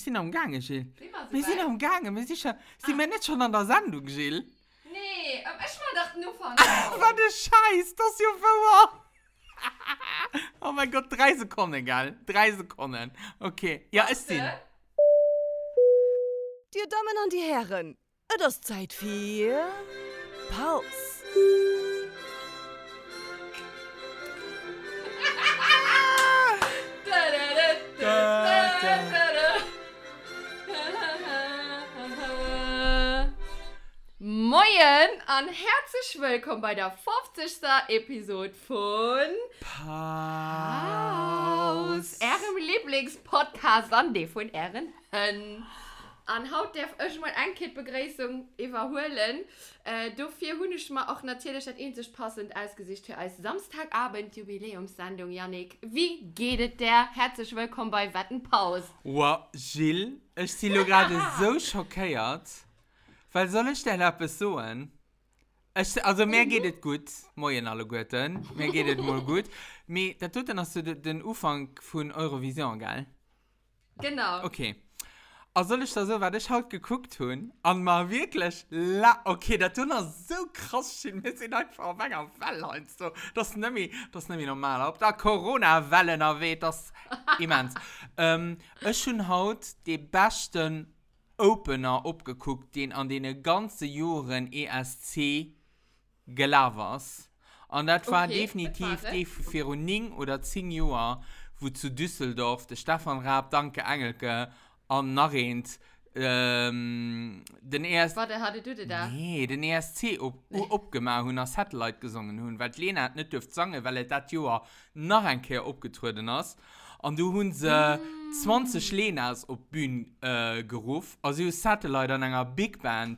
sind am Gange, Gilles. Immer so Wir sind weit. am Gange, wir sind wir nicht schon an der Sendung, Gilles? Nee, ich mal dachte nur von. Was ein Scheiß, das ist ja verwahr. Oh mein Gott, 3 Sekunden, gell? 3 Sekunden. Okay, ja, ist sie. Die Damen und die Herren, es ist Zeit für Pause. Moin und herzlich willkommen bei der 50. Episode von Pause. Eurem Lieblingspodcast an die von Ehren. An Haut darf ich mal eine Begrüßung überholen. Dafür habe ich mal auch natürlich das ähnlich passend ausgesicht für als Samstagabend Jubiläumssendung. Janik, wie geht es dir? Herzlich willkommen bei Wattenpause. Wow, Gilles, ich bin gerade so schockiert. Weil soll ich dir etwas sagen? Also mir geht es gut. Moin alle Guten. Mir geht es mal gut. Aber das tut dann hast du den Anfang von Eurovision, gell? Genau. Okay. Also soll ich da so, was ich heute geguckt habe, und mal wirklich, okay, das tut noch so krass schön, wir sind einfach auf einer Welle und so. Das ist nicht mehr normal. Ob da Corona-Wellen erweht, das ist immens. Ich habe heute die besten Opener abgeguckt, den an den ganzen Jahren ESC gelaufen ist. Und das war definitiv die für 9 oder 10 Jahre, wo zu Düsseldorf der Stefan Raab, danke Engelke, an Narend den ersten... Warte, hattet du da? Nee, den ESC abgemacht und als Satellite gesungen haben, weil Lena hat nicht dürft singen, weil das Jahr noch ein Kehr abgetreten ist. Und du haben sie 20 Lenas auf die Bühne gerufen. Also ihr Satellite an einer Big Band,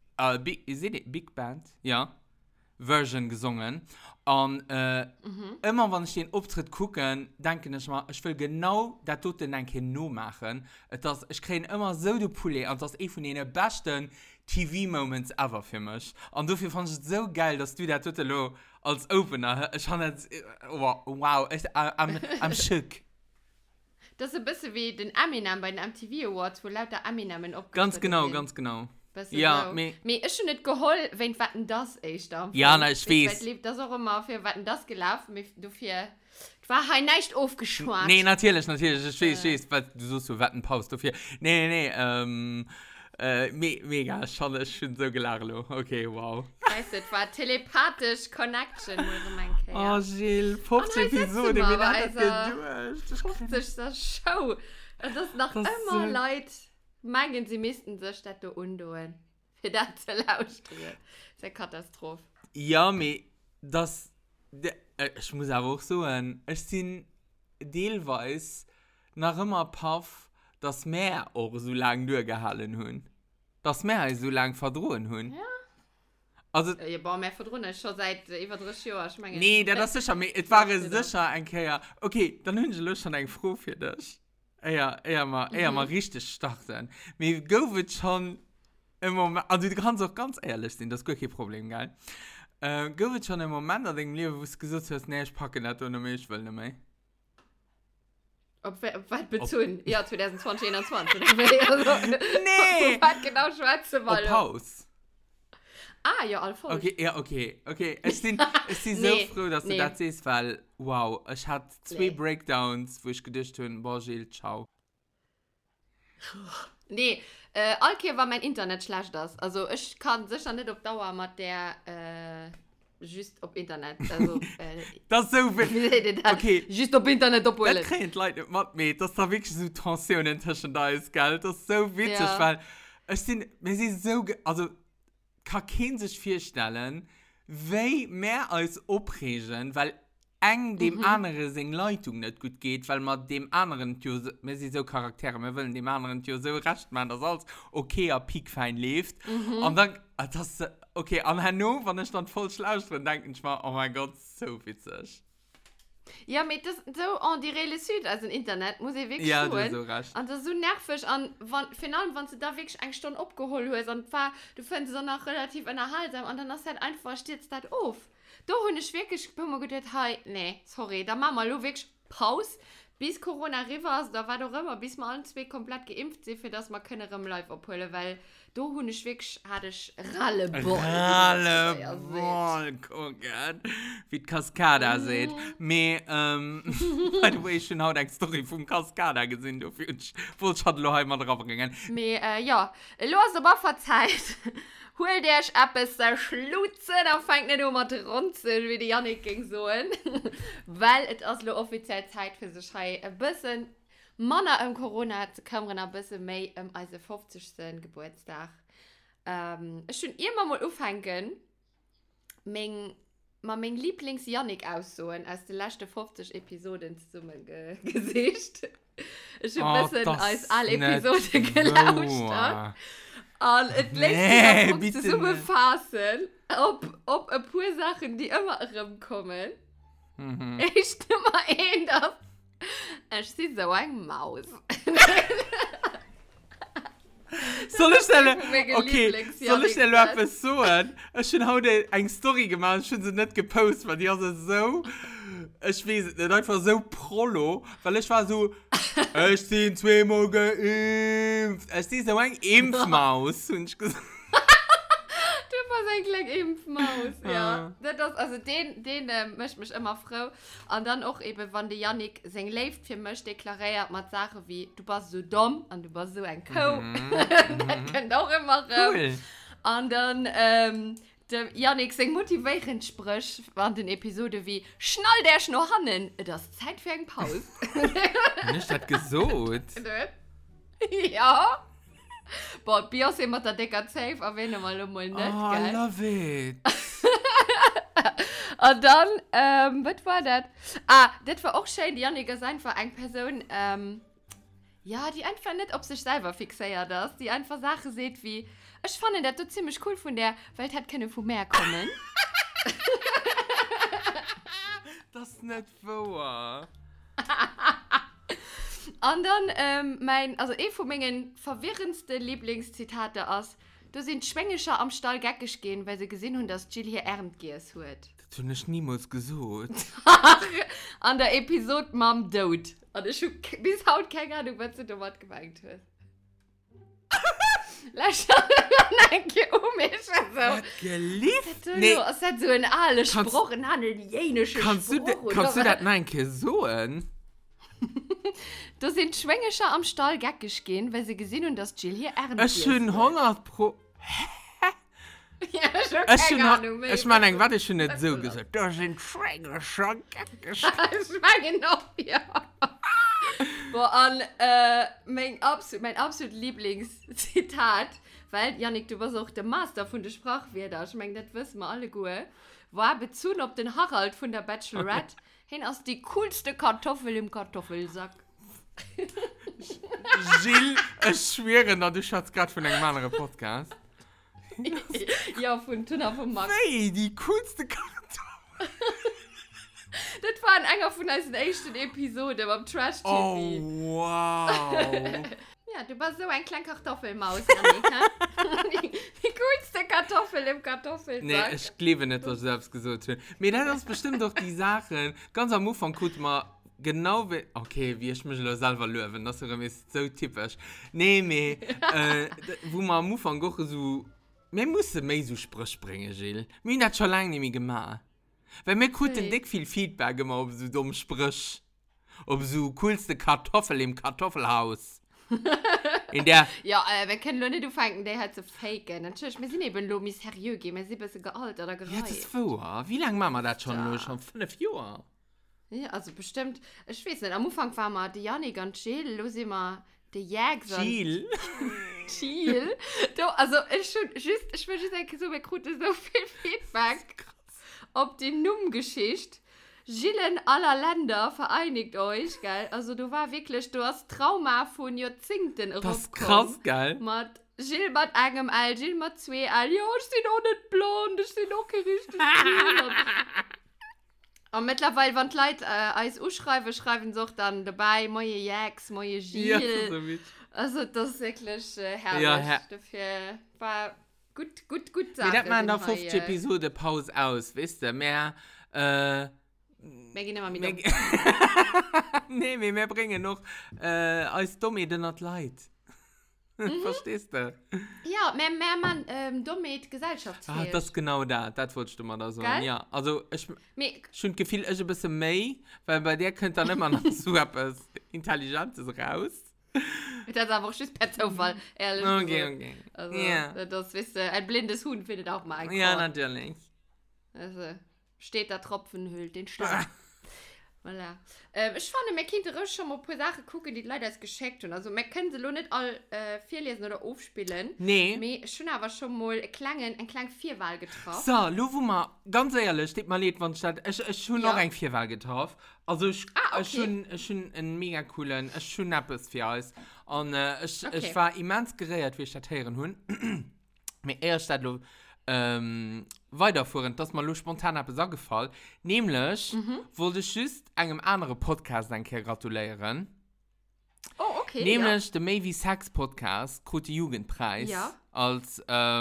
Big Band? Ja. Version gesungen. Und immer wenn ich den Auftritt gucke, denke ich mir, ich will genau das tut den denke nur machen. Ich kriege immer so die Pulle und das ist von den besten TV-Moments ever für mich. Und dafür fand ich es so geil, dass du das total als Opener, ich fand das, wow, I'm shook. Das ist ein bisschen wie den Eminem bei den MTV Awards, wo lauter Eminem aufgetreten Ganz genau, sind. ganz genau. Weißt du, Ja, so. mir ist schon nicht geholt, wenn Watten das ist. Ja, na, ich weiß. Ich das auch immer für Watten das gelaufen. Dafür war halt nicht aufgeschwart. Nee, natürlich, ich weiß, weil du so Wattenpause dafür. Nee, mega, schon so gelacht. Okay, wow. Weißt du, es war telepathisch Connection, muss man Oh, sagen. Gilles, 15 Episode, wie lange das gedauert? 50. Show. Und das noch Das immer so- Leute meinen, sie müssten sich das da undoen. Für das zu lauschen. Das ist eine Katastrophe. Ja, aber ich muss aber auch sagen, ich bin teilweise noch immer paff, dass wir auch so lange durchgehalten haben. Dass wir so lange verdrohen haben. Ja. Also, Ja, boah, mehr verdrunken schon seit über 30 Jahren. Ich meine, nee, das ist sicher, es war sicher ein Kehr. Okay, dann habe ich schon eine Frage für dich. Eher mal richtig starten. Mir geht schon im Moment, also du kannst auch ganz ehrlich sein, das ist gar kein Problem, geil. Geht schon im Moment an dem Leben, wo du gesagt hast, nee, ich packe nicht ohne mich, ich will nicht mehr. Ob was bezogen? Ja, 2020, 2021. Also, Nee! was genau schwarze Auf Wolle? Pause. Ah, ja, Alfons. Okay, ja, okay. Ich bin so Nee, froh, dass du das siehst, weil, wow, ich hatte 2 Breakdowns, wo ich gedacht habe, boah, Gilles, ciao. Nee, Alke war mein Internet schlecht das. Also ich kann sicher nicht auf Dauer mit der just auf Internet. Also Das ist so wie viel. seht ihr das? Okay. Just auf Internet Das abholen. kriegt Leute nicht mit mir, dass da wirklich so Tensionen zwischen da ist, gell? Das ist so witzig, Ja. weil wir sind so, also kann kein sich vorstellen, wie mehr als aufregen, weil eng dem anderen seine Leitung nicht gut geht, weil man dem anderen, wir sind so Charaktere, wir wollen dem anderen so recht machen, dass alles okay, piekfein lebt. Und dann, das, okay, an Hanno, wenn ich dann voll schlau bin, denke ich mir, oh mein Gott, so witzig. Ja, mit das so an die Reelle Süd, also im Internet, muss ich wirklich Ja, du schauen. hast so recht. Und das ist so nervig. Und vor allem, wenn du da wirklich eine Stunde abgeholt hast und du findest es dann auch relativ unterhaltsam und dann hast du halt einfach, stehst das auf. Da habe ich wirklich immer gedacht, hey, nee, sorry, da machen wir wirklich Pause. bis Corona Rivers, da war doch immer, bis wir alle zwei komplett geimpft sind, für das wir können im Live abholen, weil da hatte ich Ralleball. Ralleball, gucken, wie die Cascada sieht. By the way, schon heute eine Story vom Cascada gesehen, du wollte ich noch einmal drauf gegangen. Ja, los aber verzeiht. Hol dir etwas der Schlutze, dann fängt nicht immer zu runzeln, wie die Jannik ging so. Weil es also offiziell Zeit für sich ein bisschen Männer im Corona zu kommen, ein bisschen mehr als 50. Geburtstag. Ich schon immer mal aufhängen, mein Lieblings-Jannik aussuchen, aus den letzten 50 Episoden zusammen Gesicht. Ich habe ein bisschen als alle Episoden gelauscht. Und es lässt sich auch so befassen, ob ein paar Sachen, die immer rumkommen. Ich stimme ein, dass ich sehe so eine Maus. Soll ich dir etwas sagen? Ich habe heute eine Story gemacht, ich habe sie nicht gepostet, weil die also so, ich weiß nicht, einfach so prolo, weil ich war so, ich bin 2-mal geimpft. Ich sehe so eine Impfmaus. Und ich gesagt, du warst eigentlich Impfmaus, ja. Also den möchte mich immer froh. Und dann auch eben, wenn der Jannik sein Leben für mich deklariert mit Sachen wie, du bist so dumm und du bist so ein Co. Das kennt auch immer cool. Und dann, der Jannik sein motivierend Sprüche waren den Episode wie, schnall der noch hannen, das ist Zeit für eine Pause. Nicht das gesagt. Ja. Boah, Beyoncé mit der Decker safe, aber wenn mal nicht, gell? I love it. Und dann, was war das? Das war auch schön, die Jannik ist einfach eine Person, ja, die einfach nicht auf sich selber fixiert ist, die einfach Sachen sieht wie, ich fand das so ziemlich cool von der, weil es hat keine von mehr kommen. Das ist nicht wahr. Und dann, also von meinen verwirrendsten Lieblingszitate ist, du sind Schwängischer am Stall gackisch gehen, weil sie gesehen haben, dass Jill hier Erntgehs hört. Das habe ich niemals gesagt. An der Episode Mom Dode. Und ich habe bis heute keine Ahnung, was du da was gemeint hast. Lass schon ein mich so. Geliebt? Nee. Es hat so ein alle Spruch, ein handelsjänischer Spruch. Kannst du das nein sagen? Du sind Schwängischer am Stall gackisch gehen, weil sie gesehen haben, dass Jill hier Erntgehs hört. Schön 100%. Ja, schon keine Ahnung. Ich meine, was ich schon nicht so gesagt. Da sind Schwängischer gackisch. Ich meine noch, ja. Boah, und mein absolut Lieblingszitat, weil, Jannik, du warst auch der Master von der Sprachwörter, ich meine, das wissen wir alle gut, war bezogen auf den Harald von der Bachelorette, hin aus die coolste Kartoffel im Kartoffelsack. Jill, ich schwöre, du schaust gerade von einem anderen Podcast. Ja, von Tuna von Max. Hey, die coolste Kartoffel. Das war einer von unseren ersten Episoden beim Trash-TV. Oh, wow. Ja, du warst so ein kleiner Kartoffelmaus, Jannik, die coolste Kartoffel im Kartoffelsack. Nee, ich glaube nicht, dass ich selbst gesagt habe. Mir das ist bestimmt doch die Sachen. Ganz am Anfang guckt man genau wie... Okay, wie ich mich selber löwen, das ist so typisch. Nee, wo man am Anfang auch so... Wir müssen mehr so Sprüche bringen, Jill. Wir haben das schon lange nicht mehr gemacht. Weil wir kriegen nicht viel Feedback immer auf so dumme Sprüche. Auf so coolste Kartoffel im Kartoffelhaus. In der... Ja, wir können nur nicht fangen, der hat so faken. Natürlich, wir sind eben nur seriös, wir sind ein bisschen gealtert oder gereift. Ja, das ist vor. Wie lange machen wir das schon? Nur schon 5 Jahre. Ja, also bestimmt, ich weiß nicht, am Anfang waren wir die Janik und Jill, los immer die Jäger. Jill? Jill? Also, ich will just sagen, so, wir kriegen so viel Feedback auf die Nummgeschichte. Jillen aller Länder vereinigt euch, gell? Also du war wirklich, du hast Trauma von Jahrzehnten. Das ist krass, gell? Mit Jill mit einem L, Jill mit 2 L. Ja, ich bin auch nicht blond, ich bin auch kein richtig blond. Und mittlerweile, wenn die Leute als schreiben sie auch dann dabei, meine Jax, meine Jill. Ja, so mit. Also das ist wirklich herrlich. Ja, dafür war gut Sache. Wie nennt man da 50 Episode Pause aus, wisst ihr? Mehr Wir gehen immer mit. Nee, wir bringen noch als Dumme den not leid. Verstehst du? Ja, mehr man dumme Gesellschaftsfähig. Das ist genau das wolltest du mal da sagen. Geil? Ja, also schon gefühl ich ein bisschen mehr, weil bei dir könnte dann immer noch so etwas Intelligentes raus. Das ist aber auch schüss per Zufall, ehrlich Okay. Also, Ja. das wisst ihr, ein blindes Huhn findet auch mal ein Korn. Ja, natürlich. Also, steht da Tropfen hüllt den Stein. Voilà. Ich fand, wir könnten schon mal ein paar Sachen gucken, die leider ist geschickt und also wir können sie nur nicht all vorlesen oder aufspielen. Nee. Wir schon aber schon mal einen kleinen Vierwahl getroffen. So, Lufu mal, ganz ehrlich, steht mal Lied, wann steht, ich schon Ja. noch ein Vierwahl getroffen. Also ich okay. schon einen mega coolen, ich schon etwas für alles. Und ich Okay. war immens gerät, wie ich das hören habe. Mir erst hat weiterführend, dass mir spontan etwas angefallen. Nämlich wollte ich just einem anderen Podcast gratulieren. Oh, okay. Nämlich der Maybe Sex Podcast, Gute Jugendpreis. Ja. Als,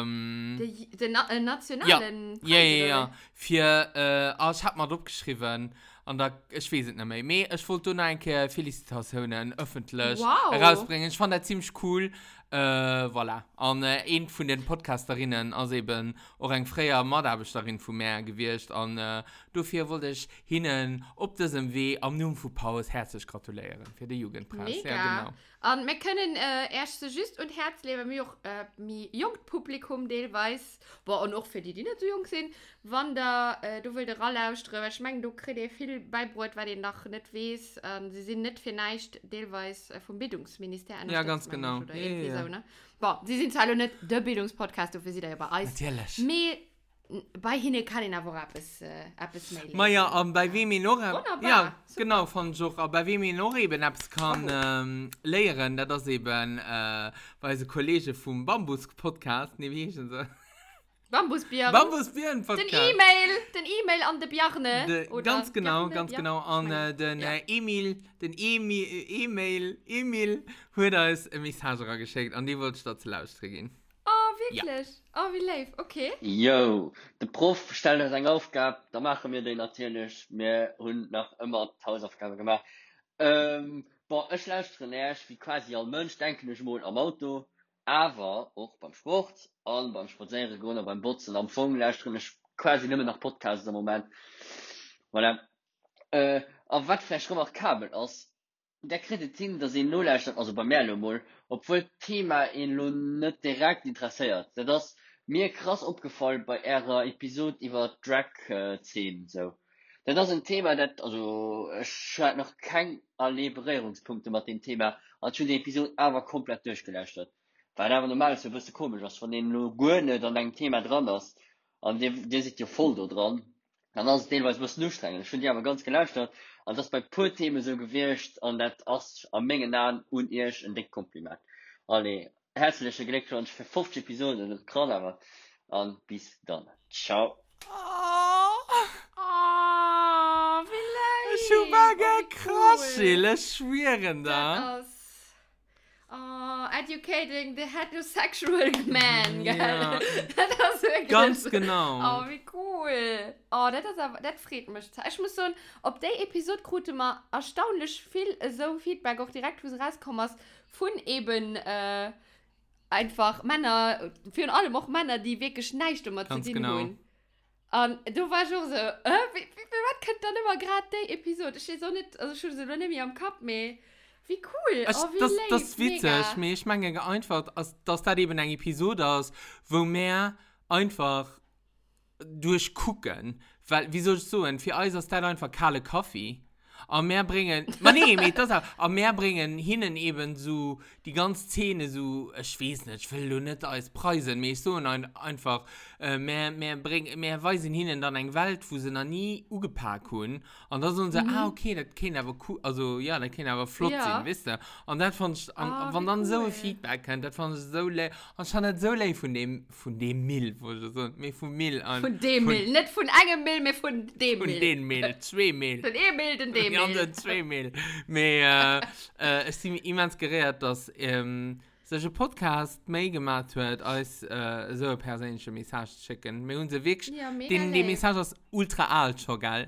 Den nationalen Ja. Für, ich habe mal abgeschrieben, und da, ich weiß es nicht mehr. Aber ich wollte nur ein Felicitationen öffentlich rausbringen. Ich fand das ziemlich cool. Voilà. Und ein von den Podcasterinnen, also eben auch ein freier Mitarbeiterin von mir gewesen. Und dafür wollte ich Ihnen auf diesem Weg am Namen von Paus herzlich gratulieren für den Jugendpreis. Mega. Ja, genau. Und wir können erst so just und herzlich mir auch mit Jungpublikum teilweise, und auch für die, die nicht so jung sind, wenn da du willst rausströmen. Ich meine, du kriegst viel Beibrot, weil ihr noch nicht weißt. Sie sind nicht vielleicht teilweise vom Bildungsministerium. Ja, ganz genau. Oder irgendwie so, ne? Boah, sie sind zwar nicht der Bildungspodcast, für sie da über Eis. Natürlich. Aber bei ihnen kann ich aber etwas mehr lesen. Ma ja, bei wem ich noch Wunderbar, ja, super. genau, von Joch, aber bei wem ich noch eben etwas kann lehren, das ist eben bei so Kollege vom Bambus-Podcast, ne, wie hieß denn so? Bambusbieren. Bambusbieren-Podcast. Den E-Mail an die Bjarne. Ganz genau, an den Emil, hat er uns eine Message geschickt, und die wollte ich dazu lauschen. Oh, wirklich? Oh, wie live. Okay. Jo, der Prof stellt uns eine Aufgabe, da machen wir den natürlich. Wir haben noch immer die Hausaufgabe gemacht. Ich lausche erst, wie quasi ein Mensch, denke ich mal am Auto, aber auch beim Sport und beim Spazieren gehen und beim Putzen am Funk lausche ich quasi nicht mehr nach Podcasts im Moment. Voilà. Aber was vielleicht schon auch Kabel ist, der kriegt hin, dass ihn nur lauscht, also bei mir mal, obwohl das Thema ihn nur nicht direkt interessiert. Das ist mir krass aufgefallen bei ihrer Episode über Drag-Szenen, so. Das ist ein Thema, das, also, ich hatte noch keine Berührungspunkte mit dem Thema, als schon die Episode aber komplett durchgelöscht hat. Weil aber normal ist, so ein bisschen komisch, dass von denen nur gut nicht an einem Thema dran ist, und der sitzt ja voll da dran. Dann ist es teilweise ein bisschen anstrengend. Ich finde die aber ganz gelöscht hat, und das bei paar Themen so gewirrscht, und das ist an Menge nahen und erst ein dick Kompliment. Alle, herzliche Glückwunsch für 50 Episoden, das ist krass, aber, und bis dann. Ciao. Oh, wie live. Schumacher, wie krass, cool. das schweren da. Das ist, educating the heterosexual man, gell? Ja. Das ist wirklich Ganz so. genau. Oh, wie cool. Oh, das freut mich. Ich muss sagen, ob der Episode kriegt mal erstaunlich viel so Feedback, auch direkt, wo es rauskommt, von eben einfach Männer, für allem auch Männer, die wirklich nichts immer zu Ganz tun genau. haben. Und du warst schon so, was könnte dann immer gerade die Episode? Ich stehe so nicht, also schon so nicht mehr am Kopf mehr. Wie cool. Oh, wie live, das ist witzig. mega. Ich meine einfach, dass das eben eine Episode ist, wo wir einfach durchgucken. Weil, wie soll ich sagen, für uns ist das einfach kahle Kaffee. Und mehr bringen, mehr bringen hinnen eben so die ganze Szene so, ich weiß nicht, ich will nur nicht als Preisen, mehr so einfach, mehr weisen hinnen dann eine Welt, wo sie noch nie ungepackt haben. Und da sind sie, okay, das kann aber cool, also ja, das kann aber flott sein, wisst ihr? Und das fand ich, wenn dann so ein Feedback kommt, das fand ich so leid, und ich fand das so leid von dem Mill, wo ich so, mehr von Mill an. Von dem Mill, nicht von einem Mill, mehr von dem Von Mill. den Mill, 2 Mill. Von dem Mill, den dem Ja, Mill. dann 2 Mill. Aber es ist mir immens gerät, dass solche Podcast mehr gemacht wird, als so eine persönliche Message zu schicken. Wir haben sie wirklich, Ja, mega die lieb. Message ist ultra alt schon, gell?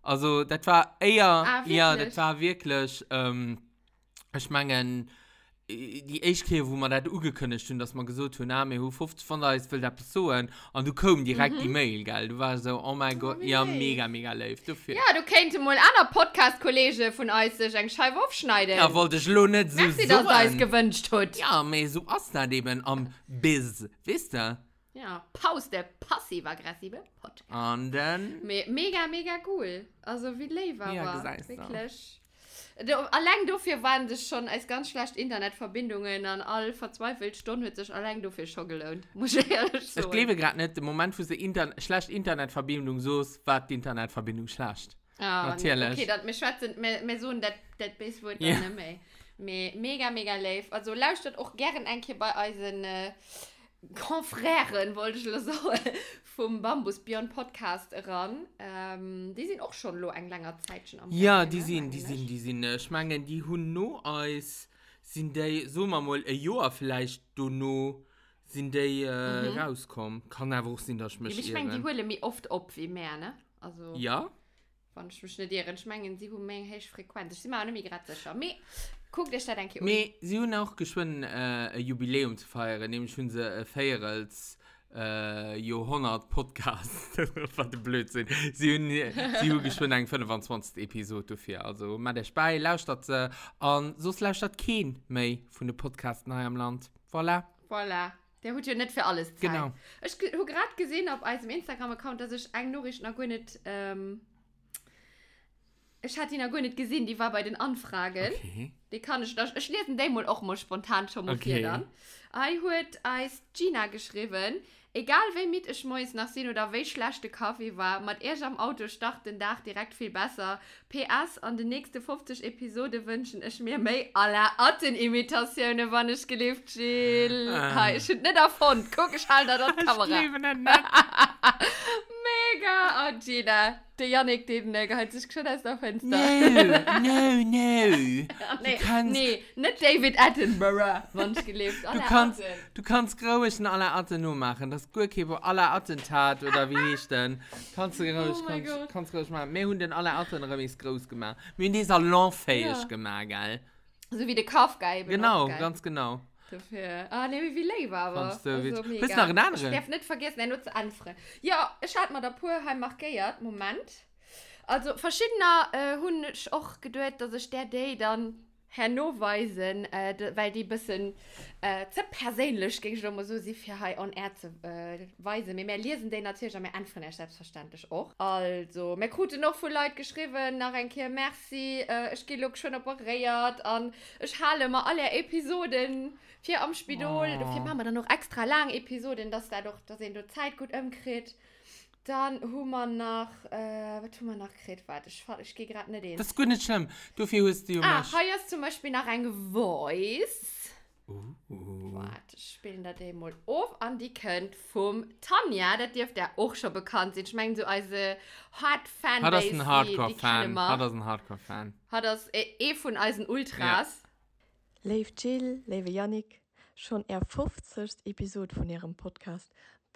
Also, das war eher, ja, wirklich? das war wirklich, ich meine, die erste, wo man das angekündigt hat, dass man gesagt hat, na, wir haben 50 von uns will das Person, und du kommst direkt die Mail, gell? Du warst so, oh mein Gott, wie ja, lieb. mega, mega live. Dafür. Ja, du könntest mal einer Podcast-Kollege von uns sich eine Scheibe aufschneiden. Ja, wollte ich nur nicht so Merci, dass er es sagen. gewünscht hat. Ja, aber so ist das eben am Biz, wisst ihr? Ja, Pause, der passiv-aggressive Podcast. Und dann, Mega, mega cool. Also, wie lieb war Ja, war. gesagt, ja. Wirklich. Allein dafür waren das schon als ganz schlecht Internetverbindungen an all verzweifelt Stunden hat sich allein dafür schon gelohnt. Muss ich ehrlich sagen. ich glaube gerade nicht, im Moment, wo sie schlecht Internetverbindung so ist, war die Internetverbindung schlecht. Ah, Natürlich. Okay, wir schwätzen, wir so das Bisswort Ja. nicht mehr. Mega, mega live. Also lauscht auch gerne ein bei unseren Confrères, wollte ich nur sagen, vom Bambus Beyond Podcast ran. Die sind auch schon eine lange Zeit schon am Ja, Fernsehen, die ne, eigentlich. sind, ich meine, die haben noch als, sind die, so mal ein Jahr vielleicht, du noch, sind die rauskommen. Kann einfach auch sein, dass ich mich Ich meine, die irre. holen mich oft ab wie mehr, ne? Also, Ja? wenn ich mich nicht irre, ich meine, sie haben mehr höchste Frequenz. Ich bin mir auch nicht mehr gerade sicher. Aber guck dir das, denke ich, Aber sie haben auch geschwind ein Jubiläum zu feiern, nämlich schon sie feiern als Jahrhundert Podcast. Was der Blödsinn. Sie haben geschwind eine 25. Episode dafür. Also, mal der bei, lauscht das, und sonst lauscht das kein mehr von den Podcasts in eurem Land. Voilà. Voilà. Der hat ja nicht für alles Zeit. Genau. Ich habe gerade gesehen auf unserem Instagram-Account, dass ich eine Nachricht noch gar nicht, ich hatte ihn noch gar nicht gesehen, die war bei den Anfragen. Okay. Die kann ich lese den mal auch mal spontan schon mal Okay. hier dann. Ich hat als Gina geschrieben, egal wie mit ich morgens nach sehen oder wie schlecht der Kaffee war, mit erst am Auto start den Tag direkt viel besser. PS, an den nächsten 50 Episode wünschen ich mir mehr aller Atten-Imitationen, wann ich gelebt Jill. Ich bin nicht davon. Guck, ich halte da die Kamera. liebe den nicht. Mega, oh Gina. Der Janik, der hat sich schon aus dem Fenster. No. Nee, kannst- nee, nicht David Attenborough, wann ich gelebt. Du kannst grauisch in aller Atten nur machen. Das Gurkeber aller Attentat oder wie ich denn. Kannst du grauisch, Oh mein Gott. kannst grauisch machen. Wir haben den aller Atten remis groß gemacht. Wir haben die salonfähig Ja. gemacht, gell? So wie der Kaufgeil. Genau, ganz genau. Dafür. Ah, nee, wie leid war aber. Fandst du witzig. mega. Willst du noch einen anderen? Ich darf nicht vergessen, er nutzt Anfrage. Ja, ich hatte mal da pur heim markiert. Moment. Also, verschiedene Hunde ich auch gedacht, dass ich der Day dann hernoweisen, weil die ein bisschen zu persönlich ging, schon mal so sie für hier on air zu weisen. Wir lesen den natürlich am Anfang selbstverständlich auch. Also, mir konnte noch von Leuten geschrieben, nach ein Kehr merci, ich gehe schon operiert und ich halte mal alle Episoden für am Spidol. Oh. Dafür machen wir dann noch extra lange Episoden, dass da doch, dass ihr die Zeit gut umkriegt. Dann haben wir noch, was haben wir noch gekriegt? Warte, ich gehe gerade nicht hin. Das ist gut nicht schlimm. Dafür hast du mich. Hier ist zum Beispiel noch ein Voice. Warte, ich spiele da den mal auf. Und die könnt vom Tanja, das dürfte ja auch schon bekannt sein. Ich meine, so als Hard-Fan. Hat das ein Hardcore-Fan? Hat das ein Hardcore-Fan? Hat das von unseren Ultras. Live Jill, live Yannick, schon eher 50. Episode von ihrem Podcast.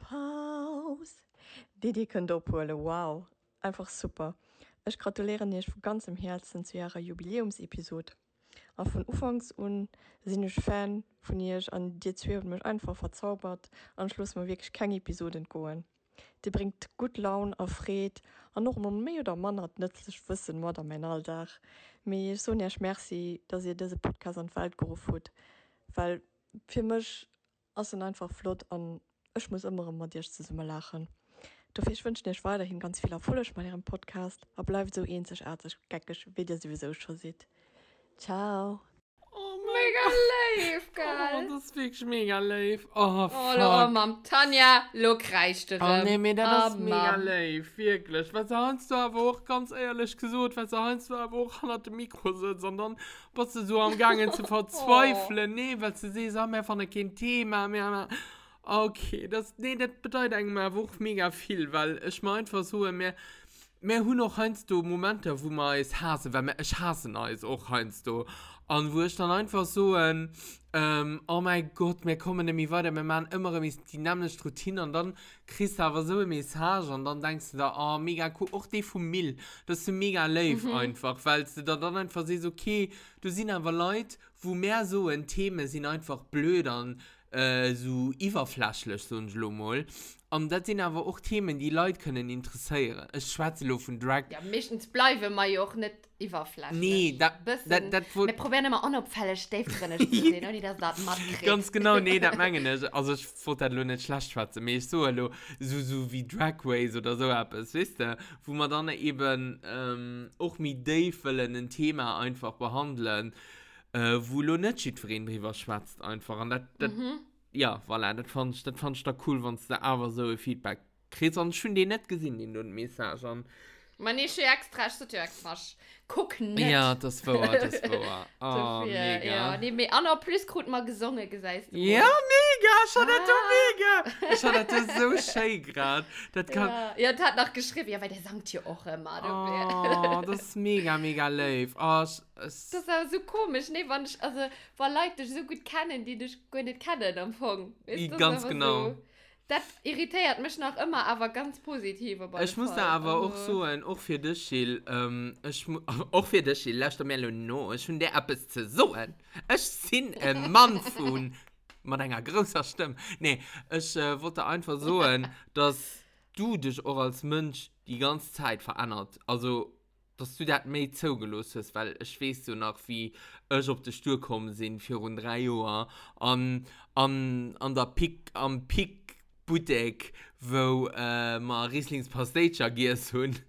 Pause. Die könnt abholen, wow. Einfach super. Ich gratuliere euch von ganzem Herzen zu ihrer Jubiläumsepisode. Auch von Anfangs an bin ich Fan von euch und die zwei haben mich einfach verzaubert. Am Schluss mal wirklich keine Episoden gehen. Die bringt gut Laune auf Fried und noch mal mehr oder minder nützlich Wissen mit an meinen Alltag. Mir ist so nicht merci, dass ihr diesen Podcast an die Welt gerufen habt. Weil für mich ist es einfach flott und ich muss immer mit dir zusammen lachen. Dafür wünsche ich euch weiterhin ganz viel Erfolg bei ihrem Podcast. Aber bleibt so einzigartig, geckig, wie ihr sowieso schon seht. Ciao. Oh Mega live, Oh, geil. das ist wirklich mega live. Oh, Oh, fuck. Mom. Tanja, lo kreischt Oh nee, mir das ist mega Mom. live, wirklich. Was hast du aber auch ganz ehrlich gesagt, was hast du aber auch an dem Mikro sitzt, sondern bist du so am Gange zu verzweifeln. Nee, weil du siehst, haben wir von kein Thema mehr. Okay, das bedeutet eigentlich auch mega viel, weil ich meine einfach so, wir haben noch heinst du Momente, wo wir es hassen, weil ich hasse es auch heinst du. Und wo ich dann einfach so oh mein Gott, wir kommen nämlich weiter, wir machen immer eine dynamische Routine und dann kriegst du aber so eine Message und dann denkst du da, oh mega cool, auch die von Mill, das ist so mega live einfach, weil du da dann einfach siehst, okay, du siehst aber Leute, wo mehr so ein Themen sind einfach blöd und so überflaschlich, so ein Schlummel. Und das sind aber auch Themen, die Leute können interessieren. Ich schwätze nur von Drag. Ja, meistens bleiben wir ja auch nicht überflaschig. Nee, das wir probieren immer unauffällig Stift drin zu sehen, und die das matt kriegt. Ganz genau, nee, das meine ich nicht. Also ich wollte das nicht schlecht schwätzen, aber ich so wie Drag Race oder so etwas, weißt du, wo man dann eben auch mit Dave ein Thema einfach behandeln, wo du nicht für ihn drüber schwätzt einfach. Und das ja, voilà, das fand ich da cool, wenn es da aber so ein Feedback kriegst. Und schon den nicht gesehen in den Messagen. Man ist schon extra, guck nicht. Ja, das war. Oh, mega. Ja, nee, mir Anna plus gut mal gesungen gesagt. Ja, mega, schon mega. Ich fand das so schön gerade. Ja, das hat noch geschrieben, ja, weil der sangt hier auch immer. Oh, das ist mega, mega live. Oh, das ist aber so komisch, ne, weil Leute dich so gut kennen, die dich gar nicht kennen am Anfang. Ganz genau. So, das irritiert mich noch immer, aber ganz positiv. Ich muss da aber auch so auch für dich, Schill, auch für dich, Schill, lass doch mal noch, ich finde etwas zu sagen. Ich bin ein Mann von, mit einer großen Stimme. Nee, ich wollte einfach sagen, dass du dich auch als Mensch die ganze Zeit verändert. Also, dass du das mehr zugelassen hast, weil ich weiß so noch, wie ich auf die Stuhl gekommen bin für rund 3 Jahre an der am Pick Boutique, wo man Rieslings Pastage gehst und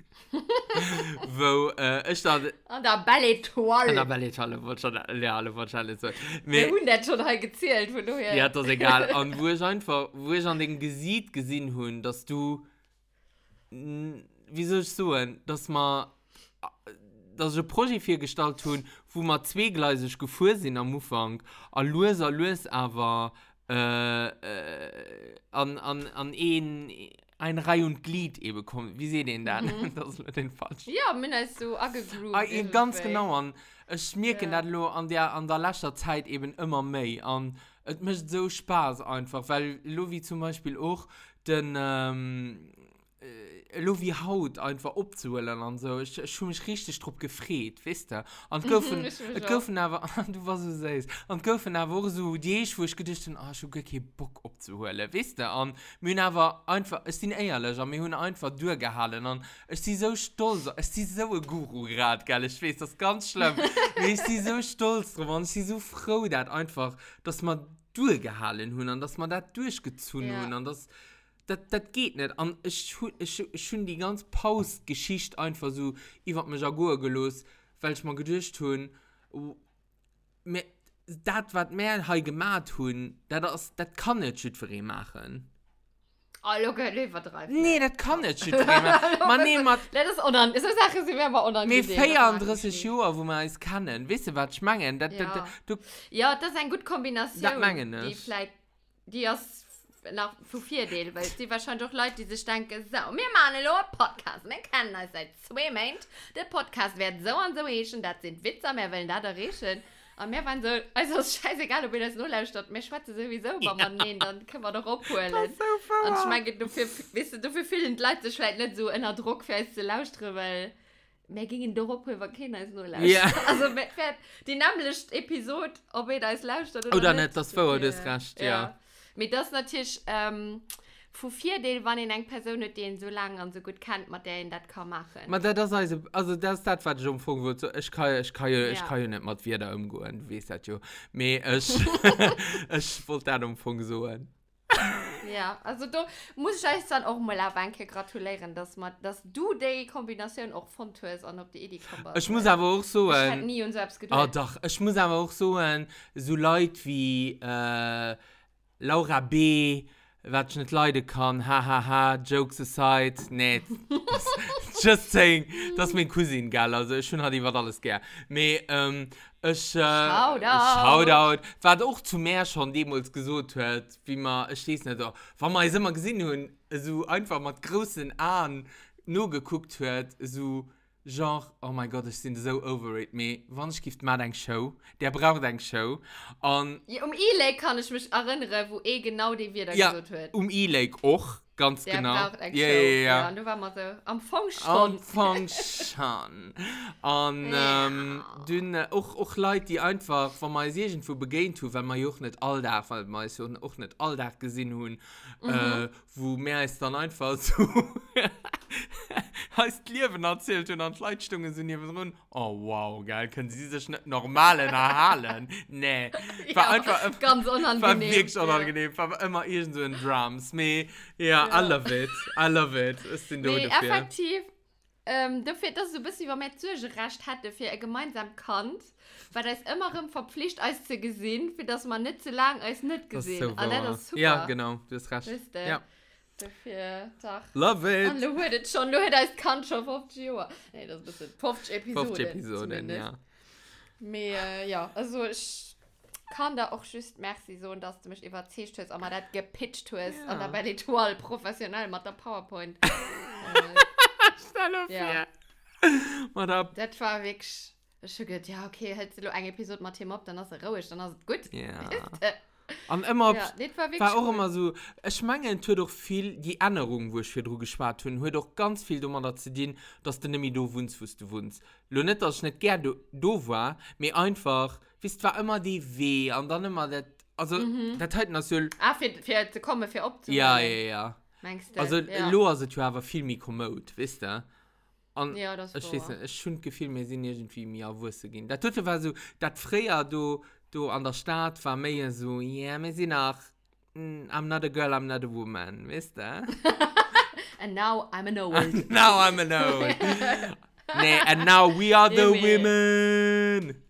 wo ich da an der Ballettoile. An der Ballettoile, ja, alle wahrscheinlich so. Der Hund hat schon halt gezählt, von daher. Ja, das ist egal. Und wo ich an den Gesicht gesehen habe, dass du, wie soll ich sagen, dass ich ein Projekt für gestaltet habe, wo wir zweigleisig gefahren sind am Anfang, und los aber an ein Reihe und Glied eben kommt. Wie seht ihr den dann? Das ist den falsch. Ja, mir ist so angegroovt. Ganz genau. Und ich merke das an der letzten Zeit eben immer mehr. Und es macht so Spaß einfach, weil wie zum Beispiel auch den wie Haut einfach abzuholen und so. Ich habe mich richtig drauf gefreut, weißt du? Und kaufen aber, du was du sagst, und kaufen aber auch so die, wo ich gedacht habe, ich habe gar keinen Bock abzuholen, weißt du? Und wir haben aber einfach, ich bin ehrlich, und wir haben einfach durchgehalten und ich bin so stolz, ich bin so ein Guru gerade, gell? Ich weiß, das ist ganz schlimm, aber ich bin so stolz drauf und ich bin so froh, dass wir durchgehalten haben und dass wir das durchgezogen haben und das geht nicht. Und ich schon die ganze Pause-Geschichte einfach so, ich habe mich auch gut gelöst, weil ich mir gedacht habe, das, was wir heute gemacht haben, das kann nicht schon für ihn machen. Oh, look, übertreiben. Nee, das kann nicht schon für ihn machen. Man nimmt... Das ist unangenehm. So Sachen sind mir aber unangenehm. Wir 34 Jahre, wo wir es kennen. Weißt du, was ich meine? Ja, das ist eine gute Kombination. Das meine ich. Die vielleicht... Die ist... nach für 4 Teile, weil die wahrscheinlich auch Leute, die sich denken, so, wir machen einen Podcast, wir kennen uns seit 2 Monaten, der Podcast wird so und so riechen, das sind Witze, wir wollen da riechen. Und wir waren so, also es ist scheißegal, ob ihr das nur lauscht, wir schwatzen sowieso über Mann, dann können wir doch abholen. Das ist so und ich meine, dafür fühlen die Leute sich vielleicht nicht so in der Druck für uns zu lauschen, weil wir gingen doch abholen, weil keiner ist nur lauscht. Ja. Also die nämliche Episode, ob ihr das lauscht oder nicht, das war das recht, ja. Mit das natürlich von 4 Teilen, wenn ich eine Person nicht den so lange und so gut kennt, mit der das kann machen. Aber das heißt, also das ist das, was ich umfangen würde. Ich kann ja nicht mit wie da umgehen, du weißt das ja. Aber ich wollte das umfangen so. Ja, also da muss ich euch dann auch mal Wanke gratulieren, dass du die Kombination auch von tust und auf die Idee kommst. Ich muss aber auch so... Ich hätte nie und selbst gedacht. Oh doch, ich muss aber auch so Leute wie Laura B., was ich nicht leiden kann, hahaha, jokes aside, nicht. Just saying, das ist mein Cousin, gell, also ich schon die was alles gern. Aber Shoutout, was auch zu mehr schon damals gesagt hat, wie man, ich weiß nicht, wenn man es immer gesehen hat, so einfach mit großen Augen nur geguckt hat, so genre, oh mein Gott, ich bin so over it, me, wann ich gibt mal eine Show, der braucht eine Show, und Ja, E-Lake kann ich mich erinnern, wo genau die wieder gesagt wird. E-Lake auch, ganz Der genau. braucht eine Ja, Show. ja, ja. Und du warst mal so am Anfang Am schon. Anfang schon. Und dann auch Leute, die einfach, wenn man es irgendwo begehen tun, wenn man auch nicht all da, weil man es auch nicht all da gesehen haben, wo mehr ist dann einfach so, heißt Leben erzählt und dann die Leitstungen sind hier drin, oh wow, geil, können sie sich nicht normalen erhalten? Nee. War Ja, einfach, ganz war unangenehm. wirklich unangenehm, war immer irgend so ein Drums. Me, ja, I love it. Es sind Nee, dafür. effektiv, dafür, dass du ein bisschen über mehr zugerecht hatte für eine gemeinsame Kant, weil das immer im Verpflicht als zu gesehen, für das man nicht so lange als nicht Das ist gesehen. so Und wahr. das ist super. Ja, genau, du hast recht. Wisst ihr? Ja. Dafür, Tag. Love Und it. du hättest schon, du hättest Kant schon 50 Jahre. Nee, das ist ein bisschen 50 Episoden. 50 Episoden, zumindest. ja. Mehr, ja, also ich kann da auch just merci so, dass du mich überzeugt hast, aber das gepitcht hast Ja. und dabei die Tool professionell mit der PowerPoint. Stell auf Ja. Mal da. Das war wirklich, ich habe gedacht, ja okay, hältst du eine Episode mit dem ab, dann ist es ruhig, dann ist es gut. Ja. Äh, Und immer, ja, das war wirklich war auch cool. immer so, ich meine, tut doch viel, die Erinnerung, wo ich für drüber gespart habe, hat doch ganz viel damit dazu dienen, dass du nicht mehr da wohnst, wo du wohnst. Nur nicht, dass ich nicht gerne da war, aber einfach, wisst war immer die Weh und dann immer das, also, das halt natürlich, Ah, für zu kommen, für abzuholen. ja. Meinst du? Also, ja. lo ist es ja aber viel mehr kommod, wisst ihr? Und Ja, das ich war weiß wahr. nicht, ich schon Gefühl, wir sind irgendwie mehr Wurst gehen. Das tut war so, das früher du an der Stadt war mehr so, ja, wir sind auch, I'm not a girl, I'm not a woman, wisst ihr? And now I'm an old. Now I'm an old. Nee, and now we are the Yeah, women.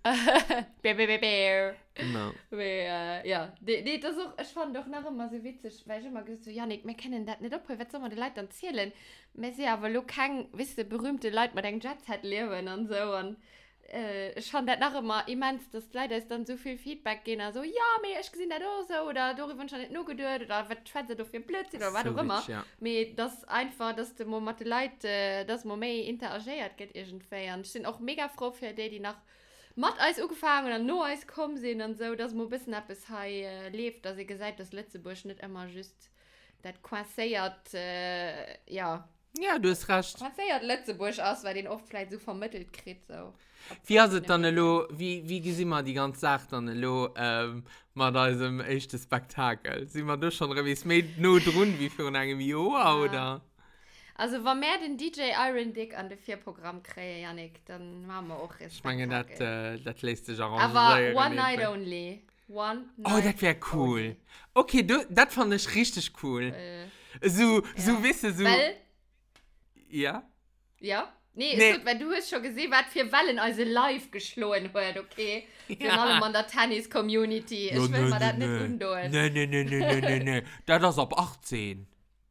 Bear. Genau. Ja, das auch, ich fand doch nachher immer so witzig, weil ich immer gesagt habe, Janik, wir kennen das nicht ab, was soll man den Leuten erzählen? Wir sehen aber nur keine, wisst ihr, berühmte Leute mit einem Jet-Set leben und so. Und ich fand das nachher immer immens, dass leider ist dann so viel Feedback gehen, also ja, mir ich gesehen das auch so, oder darüber schon nicht nur geduld, oder was schwätzt du für Blödsinn, oder was auch immer. Ja. Aber das einfach, dass du mit den Leuten, dass man mehr interagiert geht irgendwie. Und ich bin auch mega froh für die nach mit Eis angefangen und dann nur Eis kommen sind und so, dass man ein bisschen etwas lebt, dass ich gesagt dass Letzteburg nicht immer just das quasiert, ja, Ja, du hast recht. quasiert Letzteburg aus, weil den oft vielleicht so vermittelt kriegt, so. Wie hast du dann, lo, wie gesehen wir die ganze Sache dann, lo, mit unserem ersten Spektakel? Sind wir da schon revis mit nur drin wie für einem Jahr, oder? Also, wenn wir den DJ Iron Dick an den 4 Programm kriegen, Janik, dann machen wir auch ein Ich meine, das lässt sich Aber arrangieren. one night only. One Oh, night das wäre cool. Okay, das fand ich richtig cool. So wisst ihr, so. Weil, Ja? ja? Nee. Nee, ist gut, weil du hast schon gesehen, was für Wellen also live geschlagen wird, okay? Für Ja. alle an der Tennis-Community. Ich will mir das nicht undulden. Nee. Das ist ab 18.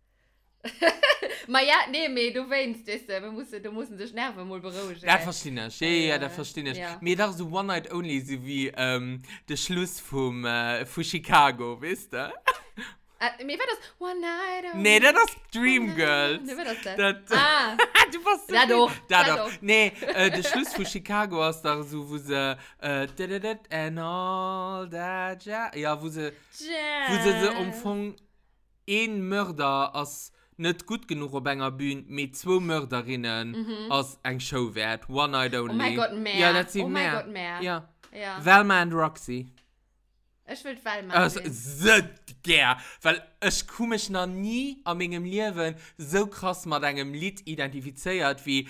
Ma ja, nee, du weinst, du musst dich Nerven mal beruhigen. Das verstehe ich. Ja, das verstehe ich. Ja. Mir dachte so One Night Only, so wie der Schluss von Chicago, wisst ihr? Mir war das One Night Only. Nee, das ist Dreamgirls. Nee, war das das? Das, Ah, du warst so Da viel- doch, Da da doch. doch. Nee, der Schluss von Chicago ist da so, wo sie and all that jazz. Ja, wo sie so umfang ein Mörder als nicht gut genug auf einer Bühne mit 2 Mörderinnen als ein Show wert. One Night Only. Oh mein Gott, mehr. Ja, das sind Oh mehr. mein Gott, mehr. Ja. Ja. Velma und Roxy. Ich will Wellmann Also, sehen. so gern. Weil ich komme mich noch nie an meinem Leben so krass mit einem Lied identifiziert wie.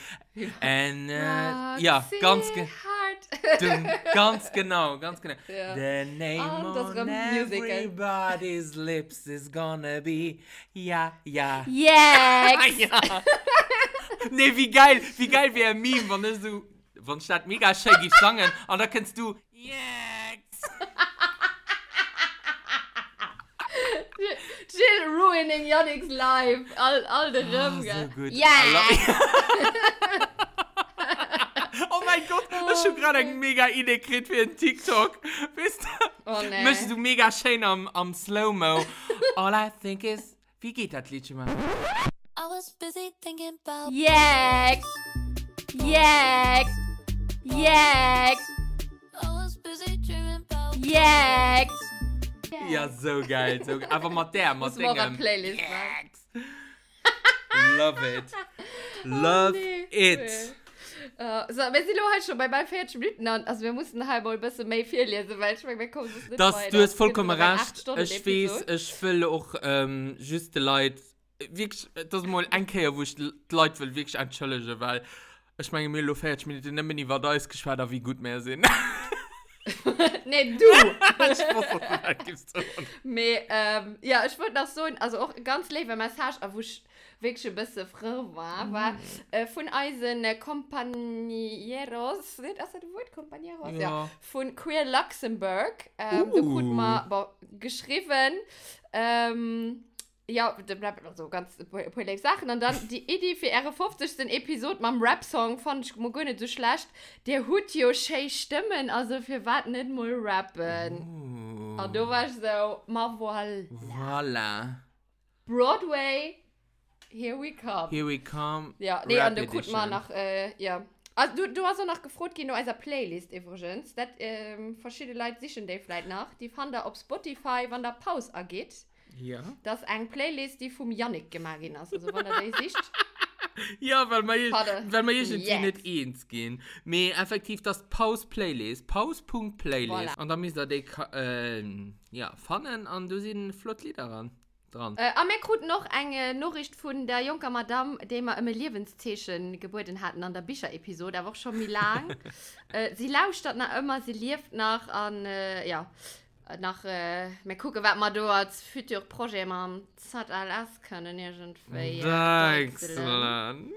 Ja, ganz genau. Ganz genau. Ja. The name Ah, das on Musical. everybody's lips is gonna be. Ja. Yes! Ja. Nee, wie geil wäre ein Meme, wenn es so. Wenn statt mega shaggy sangen und da kannst du. Yes! Jill ruining Yannick's life. All the Rum, so gell? gut. Ja! Oh mein Gott, ich habe gerade eine mega Idee gekriegt für einen TikTok. Weißt du? Oh nee. Möchtest du mega schön am Slow-Mo? All I think is. Wie geht das Liedchen mal? I was busy thinking about Yes! Jack! Jack! Jack! Ja, so geil. So, aber mit der, mit Muss man auch eine dem. Playlist machen. Love it. Love it. So, wir sind halt schon bei 40 Minuten an. Also wir mussten halt mal ein bisschen mehr viel lesen, weil ich meine, wir kommen das nicht Das, weiter. du hast vollkommen Es gibt noch eine recht. 8-Stunden-Episode. Ich will auch just die Leute, wirklich, das ist mal ein Kehr, wo ich die Leute will wirklich entschuldigen, weil ich meine, mir 40 Minuten nicht mehr nie war da ist geschwärzt, wie gut wir sind. Nee, du! Ich hoffe, das gibt's auch. Ja, ich würde noch so, also auch ganz liebe Message, wo ich wirklich ein bisschen froh war von unseren Compañeros, nicht das Wort Compañeros? Ja. Von Queer Luxemburg. Da gut mal geschrieben, ja, da bleibt noch so ganz paar Sachen. Und dann die Idee für ihre 50. Episode mit dem Rap-Song fand ich gar nicht so schlecht. Der hat ja schön Stimmen, also für was nicht mal rappen. Und du warst so, ma Voilà. Broadway, here we come. Here we come. Ja, nee, Rap und du guckst Edition. mal nach, ja. Also du hast auch noch gefragt, genau, als Playlist übrigens. Das, verschiedene Leute sichern die vielleicht nach. Die fanden da auf Spotify, wenn da Pause angeht. Ja. Das ist eine Playlist, die vom Yannick gemacht ist. Also wenn er die sieht. Ja, weil wir irgendwie Yes. nicht eins gehen. Aber effektiv das Pause-Playlist. Pause.playlist. Voilà. Und dann müsst ihr die, ja, fannen und du siehst Flottlieder dran. Aber wir kriegen noch eine Nachricht von der jungen Madame, die wir im Lebenszeichen geboten hatten an der Bischer-Episode, aber auch schon mal lang. Sie lauscht das noch immer, sie lebt nach an, ja, nach, wir gucken, was wir da als Futur-Projekt machen. ZLS können irgendwie. Excellent.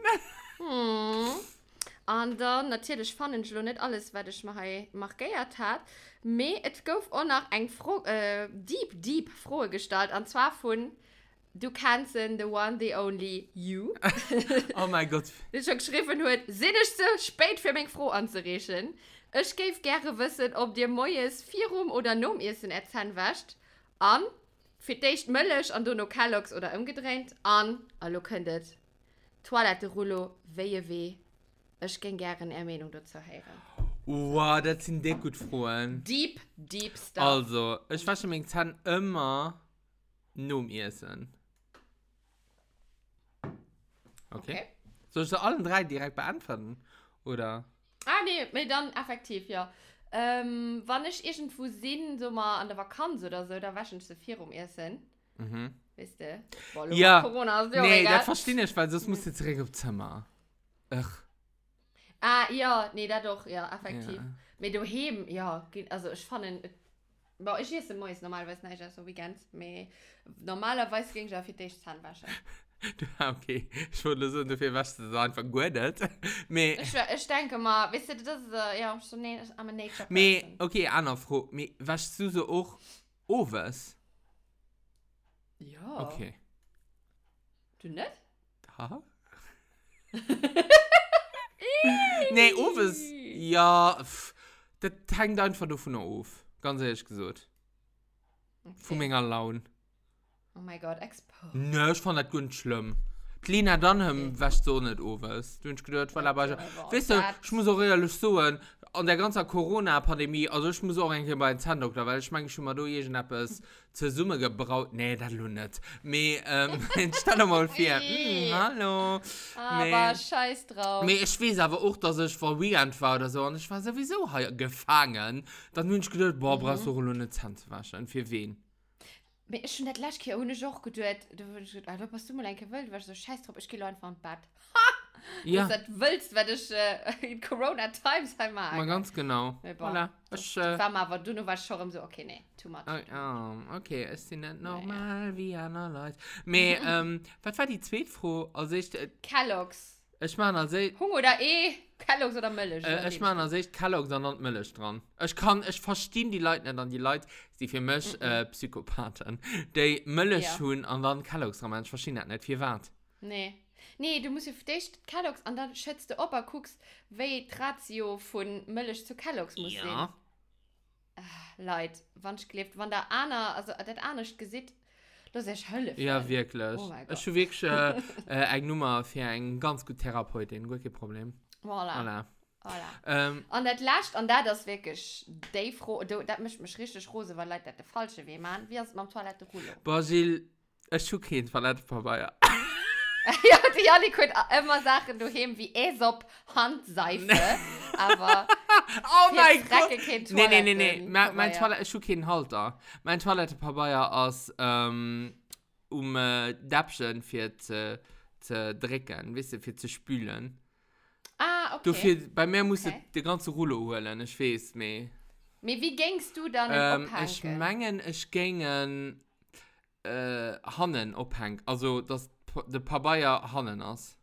Und dann natürlich fand ich noch nicht alles, was ich markiert habe. Aber es gab auch noch eine deep frohe Gestalt. Und zwar von, du kannst the one, the only you. Oh mein Gott. Die schon geschrieben hat, sind ich so spät für mich froh anzurechnen. Ich gebe gerne wissen, ob dir neues Vierum oder Nom Essen erzählen wäscht. An, für dich Milch und du noch Kellogg's oder umgedreht. An, hallo könntet. Toilette Rollo, weh. Ich kann gerne eine Erwähnung dazu hören. Wow, das sind die gut Frauen. Deep stuff. Also, ich wasche meine Zähne immer nur im Essen. Okay. Soll ich so allen drei direkt beantworten? Oder? Ah, nee, mir dann effektiv, ja. Wenn ich irgendwo sehe, so mal an der Vakanz oder so, da waschen ich so viel Essen. Mhm. Weißt du? Boah, Ja. Corona ist ja Nee, egal. das verstehe ich, weil sonst muss jetzt direkt auf Zimmer. Ach. Ah, ja, nee, da doch, ja, effektiv. Ja. Mit du heben, ja, also ich fand, boah, ich esse meist normalerweise nicht so wie ganz, aber normalerweise ging ich auch für dich Zahnwasche. Okay, ich würde so ungefähr, was du einfach gut hast. Ich denke mal, weißt du, das ist, ja, so I'm a nature Me, person. okay, Anna, Frau, waschst du so auch Overs? Ja. Okay. Du nicht? Da? Nee, Overs, ja, das hängt einfach davon auf. Ganz ehrlich gesagt. Von meiner Laune. Oh mein Gott, exposed. Ne, ich fand das ganz schlimm. Die Lena Dunham wäscht so nicht Overs. Du hast gedacht, weil aber, weißt du, ich muss auch ehrlich sagen, an der ganzen Corona-Pandemie, also ich muss auch eigentlich bei einem Zahndoktor, weil ich meine schon mal, du irgendetwas zur Summe gebraut. Nee, das lohnt nicht. Aber, stell dir mal vor, hallo. Aber scheiß drauf. Ich weiß aber auch, dass ich vor Weekend war oder so und ich war sowieso gefangen. Dann habe ich gedacht, boah, brauchst du auch eine Zahn zu waschen. Für wen? Mir ist schon das letzte Jahr ohne Joch gedacht, Alter, was du mal ein Gewalt, weil ich so scheiß drauf, ich gehe einfach ins Bad. Ja. Was du willst, wenn ich in Corona-Times halt mag. Mal ganz genau. Ja, bon. Voilà. Das war mal, aber du nur warst schon so, okay, nee, too much. Okay, ist sie nicht normal wie andere Leute. Aber, was war die zweite Frage? Also Kellogg's. ich meine, also Hunger oder Kellogg's oder Milch? ich meine, also Kellogg's und nicht Milch dran. Ich verstehe die Leute nicht, an die Leute, die für mich Psychopathen, die Milch haben und dann Kellogg's dran. Ich verstehe das nicht. Wie was? Nee, du musst ja für dich Kellogg's und dann schätzt du ob, guckst, wie die Ratio von Milch zu Kellogg's muss sein. Leute, wenn ich gelebt, wenn der Anna, also das Anna gesehen, das ist echt Hölle. Ja, wirklich. Oh mein Gott. Ich habe wirklich eine Nummer für einen ganz guten Therapeuten, kein Problem. Voilà. Und das lasst, und das ist wirklich die Froh, das mischt mich richtig rose, weil Leute das der falsche weh machen. Wie ist es mit dem Toilettenrollo? Basil, ich schuhe kein Toilettenpapier. Ja, die Jali können immer Sachen daheim wie Aesop Handseife, aber oh mein Gott! Nee. Mein Toilette, ich schuhe keinen Halter. Mein Toilettenpapier ist Däppchen für zu drücken, weißt du, für zu spülen. Ah, okay. Bei mir muss ich die ganze Rolle holen, ich weiß mehr. Wie gingst du dann abhängen? Ich meine, ich ging Hannen abhängen, also dass der Papaya Hannen ist.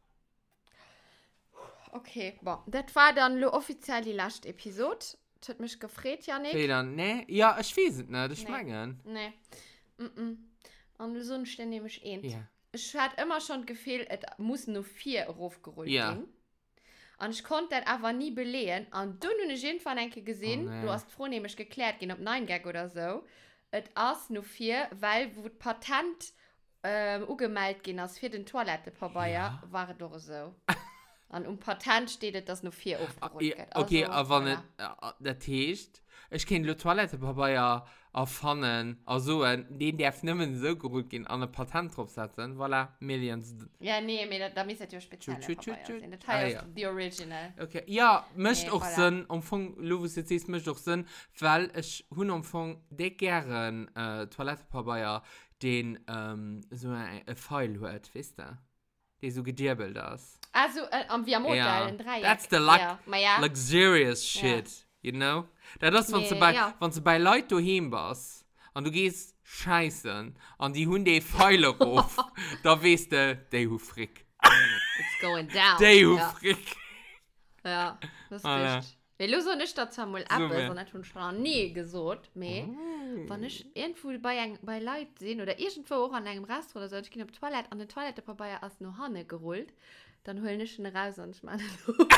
Okay, bon. Das war dann offiziell die letzte Episode. Das hat mich gefreut, Janik. Nee? Ja, ich weiß es nicht, ich meine. Nee. Und sonst nehme ich ein. Ja. Ich hatte immer schon gefehlt, es muss nur 4 raufgerollt werden. Und ich konnte das aber nie belegen. Und du hast irgendwann gesehen, du hast vornehmlich geklärt, gehen ob 9-Gag oder so. Es ist nur 4, weil wo das Patent angemeldet gehen als für den Toilettenpapier, war es doch so. Und Patent steht, dass nur 4 aufgerollt wird. Okay, also, aber nicht, das heißt, ich kann die Toilettenpapier erfahren, also den darf nicht mehr so gut gehen, an ein Patent draufsetzen, weil er Millions... Ja, nee, da müsst ihr ja speziell sein. Das heißt, the original. Okay, ja, möchte auch voilà. Sinn, am Anfang, Louis jetzt ist, möchte auch Sinn, weil ich am Anfang der gern Toilettenpapier den so ein Pfeil hat, weißt du? Der so gedirbelt ist. Also, wie am Modell in 3 That's the luxurious shit, you know? Das ist, wenn du bei Leuten daheim bist und du gehst scheißen und die haben die Pfeile rauf, da weißt du, die haben Frick. It's going down. Die haben Frick. Ja, das ist richtig. Wir lösen nicht dazu mal ab, sondern schon schon nie gesagt, aber wenn ich irgendwo bei Leuten sehe oder irgendwo auch an einem Restaurant oder so, ich gehe auf die Toilette, an der Toilette vorbei aus noch Hanne gerollt, dann hole ich ihn raus und ich meine,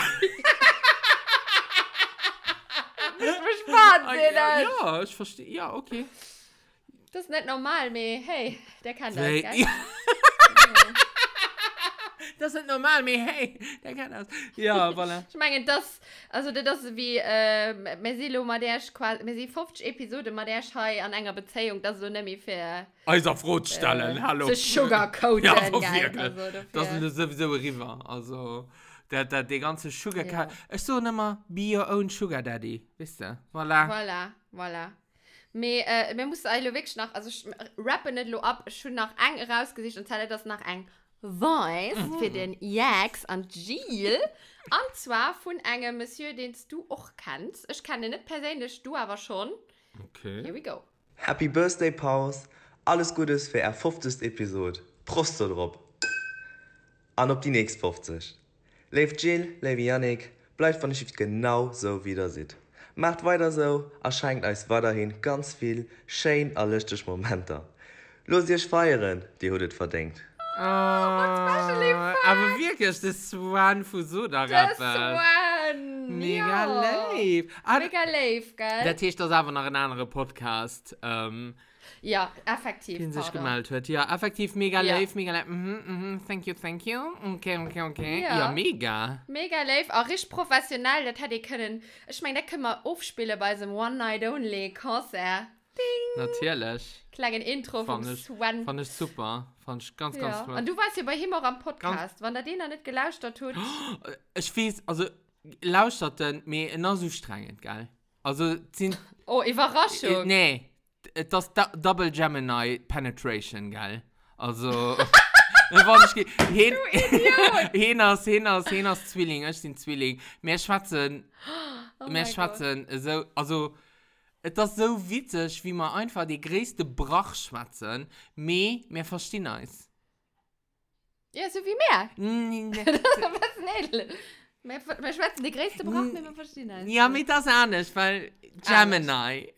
das ist Wahnsinn. Ja, ich verstehe. Ja, okay. Das ist nicht normal, aber hey, der kann das, Nee. gell? Das ist nicht normal, aber hey, der kann das. Ja, voilà. Ich meine, das ist wie, wir sind 50 Episoden, mit der ich an einer Beziehung, das ist so nämlich für... Also auf Rot stellen, hallo. So Sugarcoating, ja, geil. Also, das ist sowieso River, also... Der ganze Sugar... Ja. Ich so nicht mal, be your own Sugar Daddy, wisst ihr? Voilà. Voilà. Wir müssen alle wirklich nach, also ich rappe nicht nur ab, schon nach eng rausgesicht und zeige das nach eng Voice für den Jax und Jill. Und zwar von einem Monsieur, den du auch kennst. Ich kenne ihn nicht persönlich, du aber schon. Okay. Here we go. Happy Birthday, Pause. Alles Gutes für die 50. Episode. Prost da drauf. Und auf die nächste 50. Leif Jill, leif Yannick, bleibt von der genau so, wie ihr seht. Macht weiter so, erscheint euch weiterhin ganz viel schön erlöschtes Momente. Los euch feiern, die habt verdient. Aber wirklich, das Swan für so da Das Swan! Mega live. Mega live, gell? Der Tisch das aber noch ein anderer Podcast. Ja, effektiv. Den sich gemeldet wird. Ja, effektiv mega live, mega live. Thank you. Okay. Ja, mega. Mega live, auch richtig professionell. Das hätte ich können. Ich meine, das können wir aufspielen bei so einem One-Night-Only-Konzert. Ding! Natürlich. Kleinen Intro vom Swan. Fand ich super. Fand ich ganz gut. Und du warst ja bei ihm auch am Podcast. Wenn der den noch nicht gelauscht hat, ich weiß, also, lauscht hat den mir noch so streng, gell? Also, sind. Oh, Überraschung. Nee. Das Double Gemini Penetration, gell? Also. Hinas Zwilling, ich bin Zwilling. Wir schwatzen so, also. Das ist so witzig, wie man einfach die größte Brach schwatzen, mehr verstehen uns. Ja, so wie mehr. Was nicht? Wir schwatzen die größte Brach, mehr verstehen uns. Ja, mit das auch nicht, weil Gemini.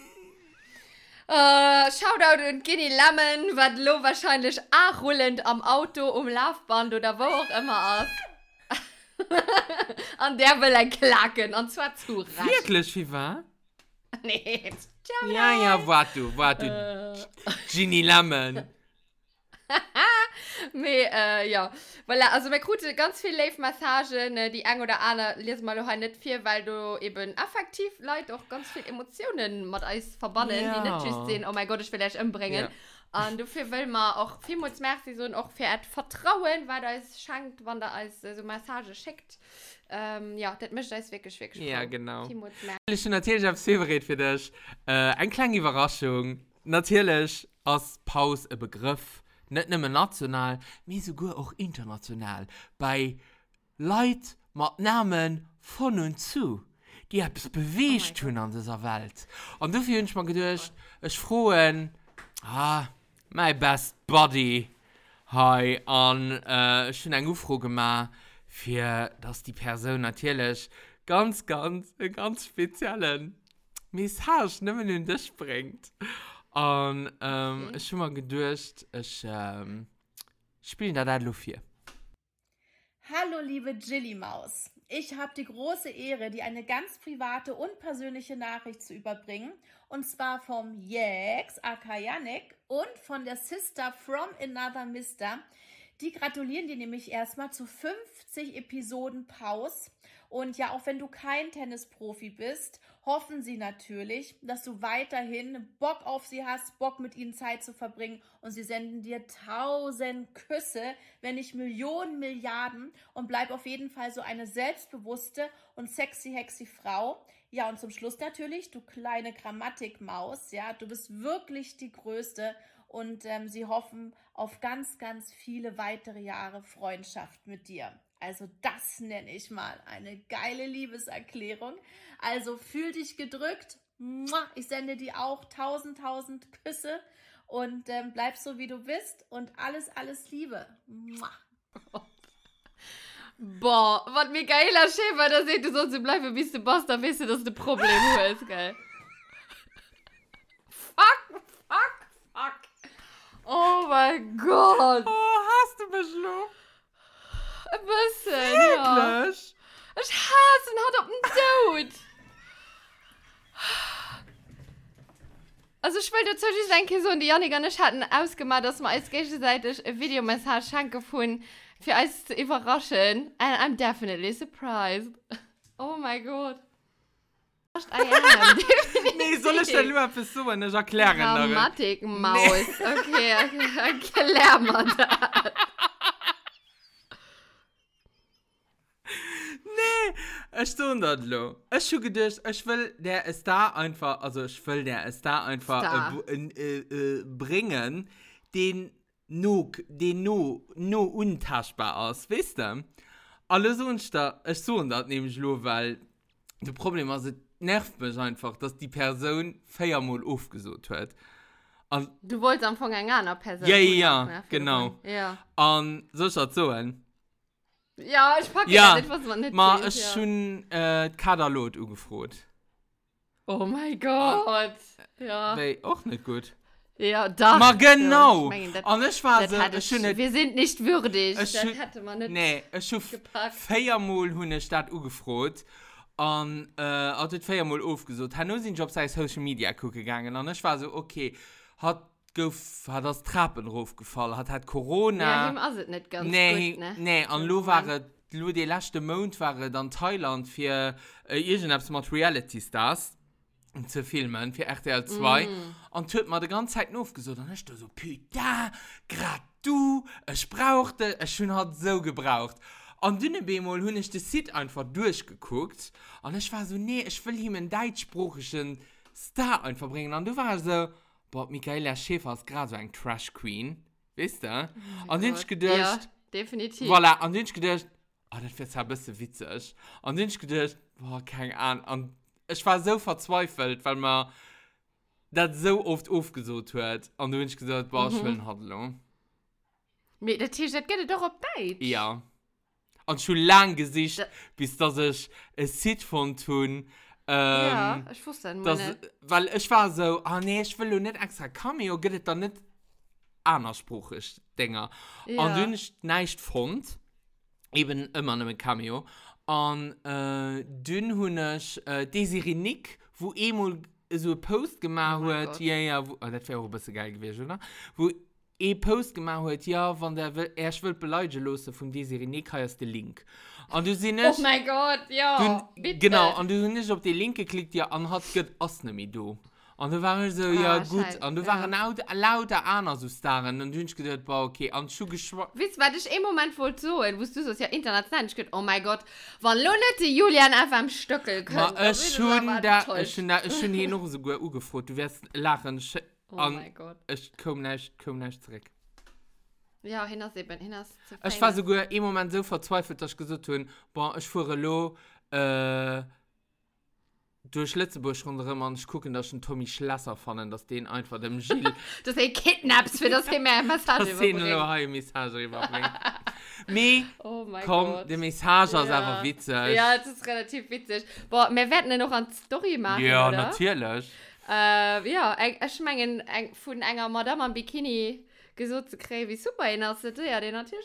Shoutout und Ginny Lemon, was lo wahrscheinlich auch rollend am Auto, Laufband oder wo auch immer ist. Und der will ein Klacken, und zwar zu rasch. Wirklich, wie war? Nee, ja, warte, Ginny Lemon. Ja, weil also wir kriegen ganz viele Live-Massagen, die ein oder andere lesen wir noch nicht viel, weil du eben effektiv Leute auch ganz viele Emotionen mit uns verbannen, die nicht just sehen, oh mein Gott, ich will dich umbringen. Und dafür will man auch vielmals merci so und auch für das Vertrauen, weil da es schenkt, wenn da als so Massage schickt. Ja, das möchte ich wirklich Ja, genau. Vielmals Ich bin natürlich aufs Favorite für dich. Eine kleine Überraschung. Natürlich als Pause ein Begriff, nicht nur national, sondern sogar auch international. Bei Leuten mit Namen von und zu, die etwas bewegt tun an dieser Welt. Und dafür habe ich mir gedacht, ich freue my best buddy. Hi, und ich habe eine Aufruf gemacht, für dass die Person natürlich ganz speziellen Message nicht mehr in dich bringt. Und ich habe mal gedacht, ich spiele da Luft. Hallo liebe Jilly-Maus. Ich habe die große Ehre, dir eine ganz private und persönliche Nachricht zu überbringen. Und zwar vom Jex, aka Yannick, und von der Sister from Another Mister. Die gratulieren dir nämlich erstmal zu 50 Episoden Pause. Und ja, auch wenn du kein Tennisprofi bist, hoffen sie natürlich, dass du weiterhin Bock auf sie hast, Bock mit ihnen Zeit zu verbringen. Und sie senden dir 1000 Küsse, wenn nicht Millionen, Milliarden. Und bleib auf jeden Fall so eine selbstbewusste und sexy Frau. Ja, und zum Schluss natürlich, du kleine Grammatikmaus. Ja, du bist wirklich die Größte. Und sie hoffen auf ganz viele weitere Jahre Freundschaft mit dir. Also das nenne ich mal eine geile Liebeserklärung. Also fühl dich gedrückt. Ich sende dir auch 1000 Küsse und bleib so wie du bist und alles Liebe. Boah, was mir geiler Schäfer, da seht du sonst du bleibst bis du Boss, da weißt du, dass du Problem hast, geil. Fuck. Oh mein Gott. Oh, hast du mich noch? Ein bisschen, ja. Wirklich? Ich hasse ihn, hat auf den Tod. Also ich will dazu sagen, so und die Janik und ich hatten ausgemacht, dass wir als gegenseitig ein Videomessage schenken von für uns zu überraschen. And I'm definitely surprised. Oh mein Gott. Nee, soll ich dir lieber etwas so nicht erklären? Grammatikmaus. Okay, erklär mal das. Nee, ich tue das lo. Ich habe gedacht, ich will der Star einfach bringen, den nur untauschbar ist, weißt du? Alles sonst da, ich so das nämlich lo, weil das Problem ist, es nervt mich einfach, dass die Person 4-mal aufgesucht wird. Und du wolltest am Anfang eine andere Person. Ja, genau. Ja. Und so ist das so. Ja, ich packe ja, das nicht, was man nicht ma sieht. Ich schon Katalog angefragt. Oh mein Gott. Ja. Wäre auch nicht gut. Ja, doch. Ma genau. Ich mein, Und ich war so, wir sind nicht würdig. Das schon, hätte man nicht nee, ich habe gepackt. 4-mal eine Stadt angefragt. Und hat 4-mal aufgesucht. Hat nur seinen Job sei Social Media gegangen. Und ich war so, okay, hat das Treppen draufgefallen, hat Corona. Ja, ihm ist es nicht ganz gut, ne? Nee, und nur die letzte Monat waren dann Thailand für irgendetwas mit Reality Stars zu filmen, für RTL 2. Und hat mir die ganze Zeit aufgesucht. Und ich dachte so, putain, gerade du, ich brauchte, ich schon hat so gebraucht. Und dann habe ich das Site einfach durchgeguckt. Und ich war so, nee, ich will ihm einen deutschsprachigen Star einfach bringen. Und du warst so, boah, Michaela Schäfer ist gerade so ein Trash Queen. Weißt du? Und dann habe ich gedacht, ja, definitiv. Voilà, und dann habe ich gedacht, das wird ein bisschen witzig. Und dann habe ich gedacht, boah, keine Ahnung. Und ich war so verzweifelt, weil man das so oft aufgesucht hat. Und dann habe ich gesagt, boah, ich will einen Handlung. Mit der T-Shirt geht doch auf Deutsch. Ja. Und schon lange Gesicht, bis dass ich ein Site von tun. Ja, ich wusste nicht. Weil ich war so, nee, ich will nicht extra Cameo, geht es dann nicht anderssprachig, Dinger. Ja. Und dann ich nicht fand, eben immer noch mit Cameo. Und dann habe ich Desiree Nick, wo einmal so einen Post gemacht hat, ja, das wäre auch ein bisschen geil gewesen, oder? Wo Post gemacht hat, ja, wenn der will, er will beleidigen lassen von dieser Serie, kann er den Link. Und du siehst nicht... Oh mein Gott, ja, bitte. Genau, und du hast nicht auf den Link geklickt, ja, und hat geht erst nicht mehr da. Und du warst so, ja gut, scheiße, und du waren lauter andere so Starren, und du hast gedacht, boah, okay, und schon geschwommen. Wisst ihr, was ich im Moment wollte so, wusstest du, es ja international, ich gedacht, oh mein Gott, wann lohnt die Julian einfach am Stöckel können? Ich schon hier noch sogar ungefragt, du wirst lachen. Oh mein Gott. Ich komm nicht zurück. Ja, hinter zu Ich war sogar im Moment so verzweifelt, dass ich gesagt habe, boah, ich fahre lo, durch Lützeburg rundherum und ich gucke, dass ich einen Tommy Schlesser fand, dass den einfach dem Gilles... dass er Kidnaps für das er mehr Massage überbringt. Dass er nur eine Message überbringt. Oh mein komm, Gott. die Message ist einfach witzig. Ja, das ist relativ witzig. Boah, wir werden ja noch eine Story machen, ja, oder? natürlich. Ja, ich meine, von einer Madame am Bikini gesagt zu kriegen, wie super ihn hast du, ja, den natürlich.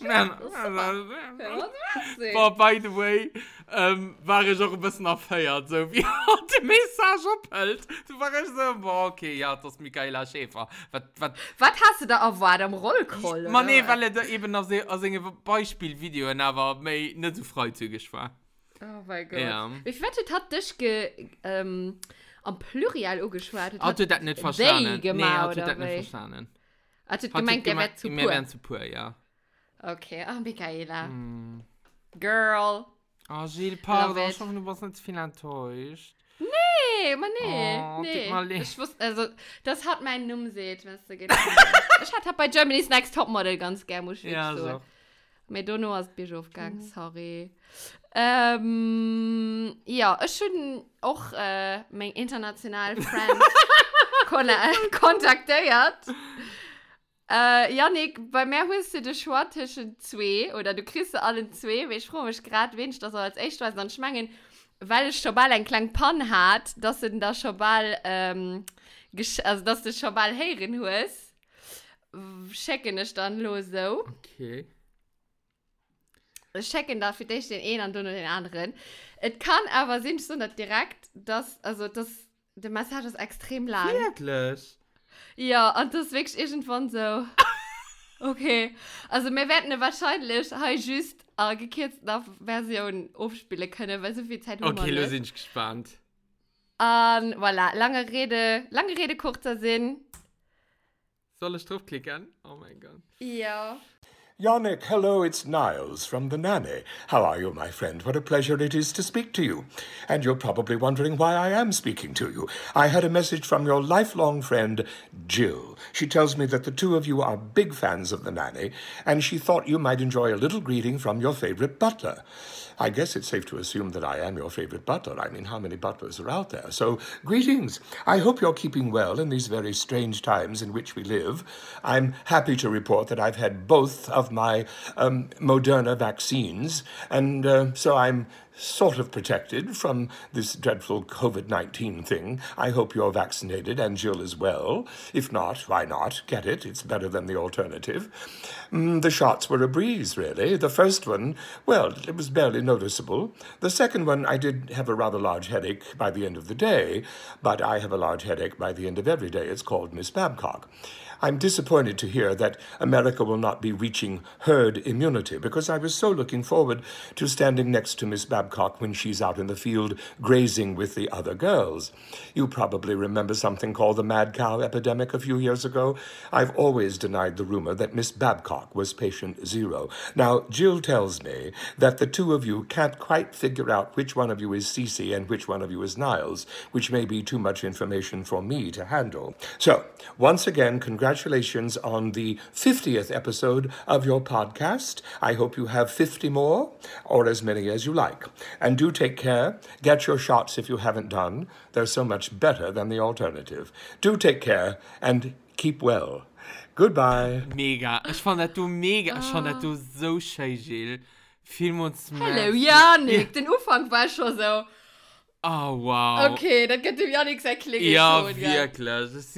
Boah, by the way, war ich auch ein bisschen erfeiert, so wie hat die Message abhält. Du warst so, boah, okay, ja, das ist Michaela Schäfer. Was hast du da erwartet am Rollcall? Man, nee, weil er da eben aus einem Beispielvideo aber nicht so freizügig war. Oh mein Gott. Ja. Wie viel hat dich am Plurial angeschwärzt? Hast du das nicht verstanden? Nee, hast du das nicht verstanden? Hast du gemeint, der wird zu pur? Wir werden zu pur, ja. Okay, Michaela. Girl. Oh, Gilles, pardon, ich hoffe, du warst nicht zu viel enttäuscht. Nee, man, nee. Ich wusste, also, das hat mein Numm seht, weißt du, ich hatte bei Germany's Next Topmodel ganz gern, muss ich ja, so. So. Mit Dono als Bischof gegangen, sorry. Ja, ich schon auch mein international Friend kontaktiert. Janik, bei mir hast du den Schwartischen 2 oder du kriegst alle 2, weil ich freue mich gerade, wenn ich das als echt weiß, dann schmangen, weil ich schon mal einen kleinen Pan hat, dass du da schon mal, also dass du schon mal hören hast, checken ich dann los so. Okay. Ich checken da für dich den einen und den anderen. Es kann aber sind so nicht direkt, die Massage ist extrem lang. Wirklich? Ja, und das ist wirklich irgendwann so. Okay. Also, wir werden wahrscheinlich just gekürzt auf Version aufspielen können, weil so viel Zeit haben wir Okay, nicht. wir sind gespannt. Und voilà, lange Rede, kurzer Sinn. Soll ich draufklicken? Oh mein Gott. Ja. Yannick, hello, it's Niles from The Nanny. How are you, my friend? What a pleasure it is to speak to you. And you're probably wondering why I am speaking to you. I had a message from your lifelong friend, Jill. She tells me that the two of you are big fans of The Nanny, and she thought you might enjoy a little greeting from your favorite butler. I guess it's safe to assume that I am your favorite butler. I mean, how many butlers are out there? So, greetings. I hope you're keeping well in these very strange times in which we live. I'm happy to report that I've had both of my Moderna vaccines, and so I'm sort of protected from this dreadful COVID-19 thing. I hope you're vaccinated and Jill as well. If not, why not? Get it. It's better than the alternative. The shots were a breeze, really. The first one, well, it was barely noticeable. The second one, I did have a rather large headache by the end of the day, but I have a large headache by the end of every day. It's called Miss Babcock. I'm disappointed to hear that America will not be reaching herd immunity, because I was so looking forward to standing next to Miss Babcock when she's out in the field grazing with the other girls. You probably remember something called the mad cow epidemic a few years ago. I've always denied the rumor that Miss Babcock was patient zero. Now, Jill tells me that the two of you can't quite figure out which one of you is Cece and which one of you is Niles, which may be too much information for me to handle. So, once again, congratulations on the 50th episode of your podcast. I hope you have 50 more, or as many as you like. And do take care. Get your shots if you haven't done. They're so much better than the alternative. Do take care and keep well. Goodbye. Mega. Ich fand das mega. Ich fand das so schön, Jill. Vielmals mehr. Hallo, Janik. Den Anfang war schon so. Oh, wow. Okay, das geht dem ja nichts erklären. Ja, schon, wirklich. Das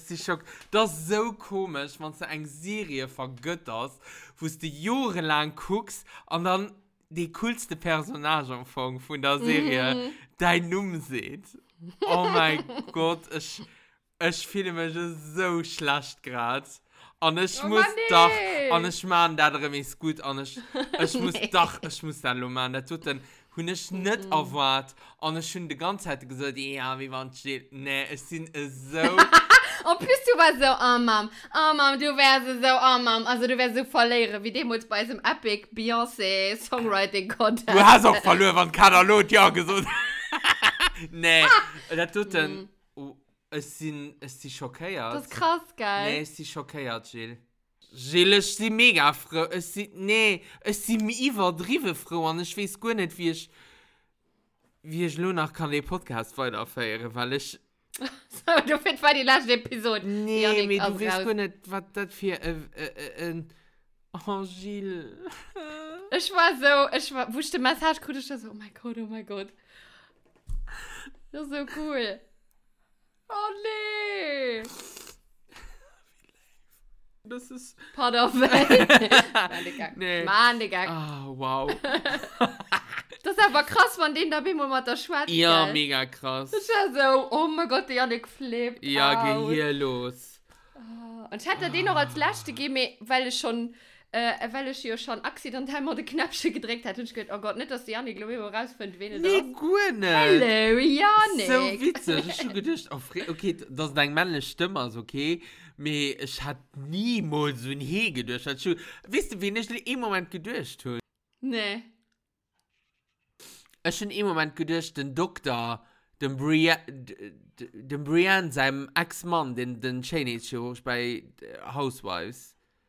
ist so komisch, wenn du eine Serie vergötterst, wo du jahrelang guckst und dann die coolste Personage von der Serie dein Numm sieht. Oh mein Gott, ich fühle mich so schlecht gerade. Und ich Oh muss Mann, nee. doch, und ich meine, das ist gut, und ich muss doch, ich muss dann lo machen, das tut dann, und ich nicht erwartet, und ich schon die ganze Zeit gesagt, ja, wie war es, nee, es sind so, Und plus du warst so, oh Mom, du wärst so, oh Mom, also du wärst so verlieren, wie dem uns bei diesem Epic Beyoncé Songwriting Contest. du hast auch verloren, wenn Katalog ja gesagt. Nee, das tut dann, es sind schockiert. Das ist krass, geil. Nee, es ist schockiert, Jill. Jill, ich bin mega froh. Es sind mir übertrieben froh und ich weiß gar nicht, wie ich nur noch kann den Podcast weiterführen, weil ich... So, du findest mal die letzte Episode. Nee, aber du weißt raus. gar nicht, was das für Oh, Jill. Ich war, wo ich die Message kriegte, ich war so, oh mein Gott. Das ist so cool. Oh nee. Das ist... Part of it. Nee. Mann, Digga. Ah, wow. Das ist aber krass, von denen da bin ich mit der Schwarz. Ja, mega krass. Das war so, oh mein Gott, die Janik flippt Ja, aus. geh hier los. Und ich hatte den noch als letzte gegeben, weil ich ja schon accidental mal die Knöpfchen gedrückt hatte. Und ich gedacht, oh Gott, nicht, dass die Janik, glaube ich, rausfindet, wen Nee, das. gut nicht. Hallo, Janik. So witzig. Ich habe gedacht, okay, das ist deine männliche Stimme, also okay. Aber ich hatte niemals so ein He gedacht. Weißt du, wen ich im Moment gedacht habe? Nee. Ich habe im Moment gedacht, den Doktor, den Brian, seinem Ex-Mann, den Cheney Show bei Housewives.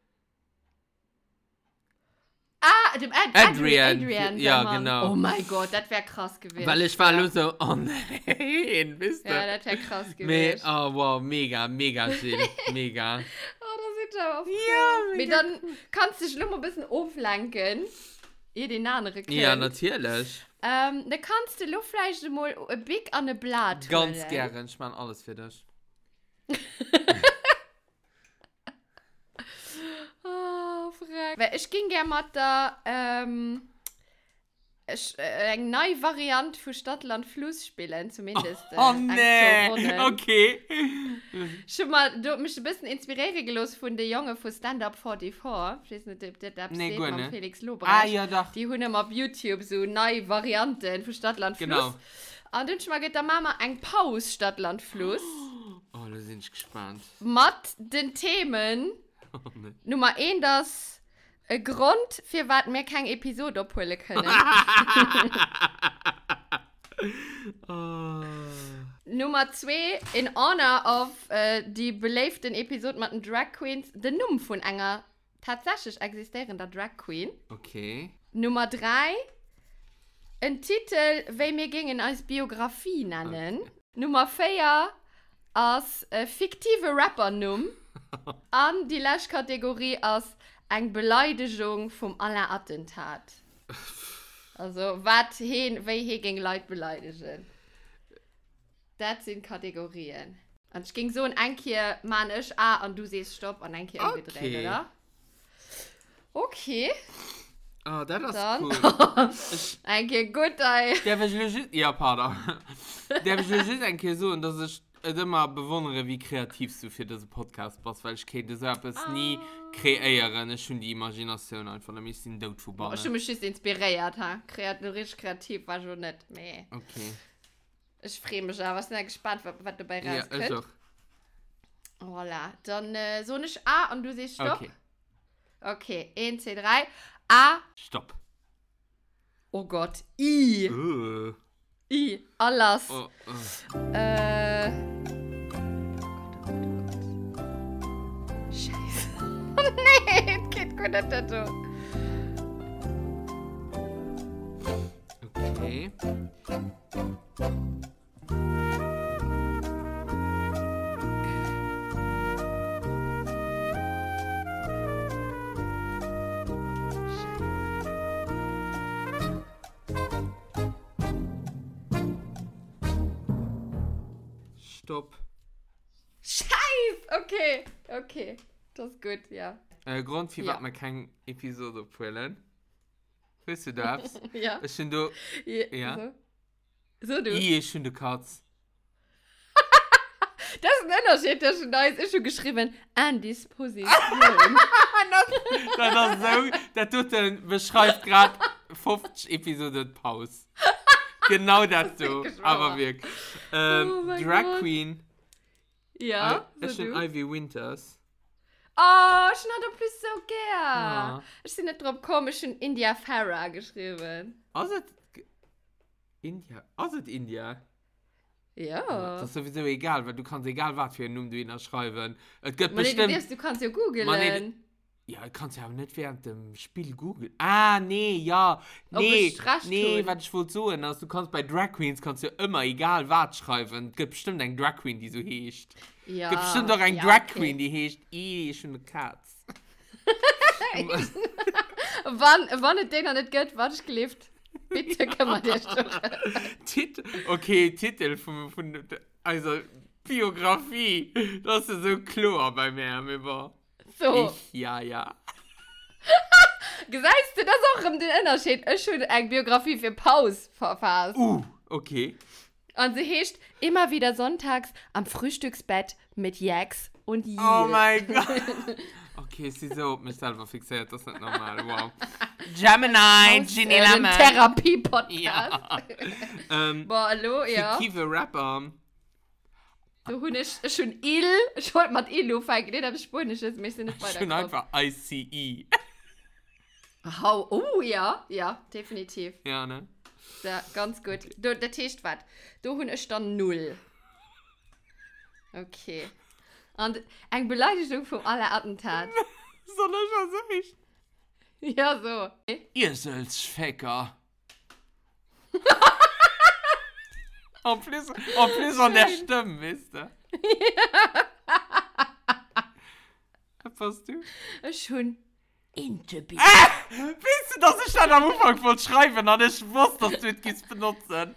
Ah, dem Adrian. Ja, der Mann. genau. Oh mein Gott, das wäre krass gewesen. Weil ich war nur so, oh nein, wisst ihr? Ja, das wäre krass gewesen. Oh wow, mega, Jill, mega. Oh, das sieht aber Ja, mega. Dann kannst du dich noch mal ein bisschen auflenken. Ihr den anderen kennt. Ja, natürlich. Da kannst du vielleicht mal ein Big an ein Blatt Ganz holen. gerne, ich meine alles für dich. Oh, frag. Weil ich ging gerne mit der eine neue Variante für Stadtland Fluss spielen, zumindest. Oh nee, okay. Schon mal, du mich ein bisschen inspirieren gelassen von der Junge von Stand Up 44. Ich weiß nicht, ob das Nee, gut, ne? Felix Lobrecht. Ah, ja, doch. Die haben immer auf YouTube so neue Varianten für Stadtland Fluss. Genau. Und dann mal geht der Mama ein Pause Stadtland Fluss. Oh, da bin ich gespannt. Mit den Themen. Oh, nee. Nummer 1, das Grund, für was wir keine Episode abholen können. Oh. Nummer 2, in honor of die beliebten Episode mit den Drag Queens, den Namen von einer tatsächlich existierender Drag Queen. Okay. Nummer 3, ein Titel, wie wir gingen als Biografie nennen. Okay. Nummer 4, als fiktive Rapper-Num. An die letzte Kategorie als eine Beleidigung vom aller Attentat. Also, wie gegen Leute beleidigen. Das sind Kategorien. Und ich ging so ein Einkehr, Mann, ich, und du siehst Stopp und ein Kehr umgedreht, oder? Okay. Oh, das ist Dann. cool. Ein Kehr gut, ey. Ja, pardon. Der will ich ein Kehr so, und das ist immer bewundere, wie kreativ du für diesen Podcast bist, weil ich kann das etwas nie kreieren. Ich schon die Imagination einfach, nämlich sind dort vorbei. Ich bin mich inspiriert, ha? Richtig kreativ war schon nicht mehr. Okay. Ich freue mich auch, was bin gespannt, was dabei rauskommt. Ja, ich auch. Voilà, dann so nicht A und du siehst Stopp. Okay. Okay, 1, 2, 3. A. Stopp. Oh Gott, I. I, alles. Oh. Scheiße. Nee, das geht gut nicht dazu. Okay. Stopp. Scheiß! Okay. Das ist gut, ja. Grund, für Ja. was wir keine Episode abholen. Weißt du das? Ja. Ich bin du. Ja. So du. Ich bin die Katz. Das ist ein Unterschied, das ist nice. Ich habe geschrieben, Andisposition. Das ist so, der Titel beschreibt gerade 50 Episoden Pause. Genau das so, aber wirklich. Drag Gott. Queen. Ja, Das sind Ivy Winters. Oh, ich hatte plus so gern. Ja. Ich bin nicht drauf gekommen, ich habe India Farah geschrieben. Also India. Also India. Ja. Das ist sowieso egal, weil du kannst egal was für einen Namen du ihn schreiben. Es gibt Man, bestimmt. du kannst ja googeln. Ja, kannst ja aber nicht während dem Spiel googeln. Ah, nee, ja. Nee, ich recht nee, tun. was ich wollte sagen, ist, du kannst bei Drag Queens kannst du immer egal was schreiben. Es gibt bestimmt eine Drag Queen, die so heißt. Ja. Es gibt bestimmt auch eine Drag Queen, die heißt ich und eine Katz. Wann es den noch nicht gibt, was ich gelebt. Bitte kann man dir schon. Titel von also Biografie. Das ist so klar bei mir. Immer. So. Ja. Sagst du das auch um den Unterschied? Ich habe eine Biografie für Pause verfasst. Okay. Und sie heißt immer wieder sonntags am Frühstücksbett mit Jax und Jill. Oh mein Gott. Okay, sie so auf mich selber fixiert, das ist nicht normal. Wow. Gemini, Ginny Lemon. Therapie-Podcast. Ja. Boah, hallo, ja. Fiktive Rapper. Du hast schon Il. Ich wollte mit Ilu fangen. Nee, das ist Spanisch, das möchte ich nicht weiter. Schon einfach ICE. Oh, ja. Ja, definitiv. Ja, ne? Ja, ganz gut. Du, der Tisch was? Du hast dann 0. Okay. Und eine Beleidigung von aller Attentat. Soll ich was sagen? Ja, so. Ihr seid Fecker. Und plus an der Stimme, wisst ihr? Was hast du? Schon Interview. Wisst du, dass ich dann am Anfang wollte schreiben und ich wusste, dass du es benutzen?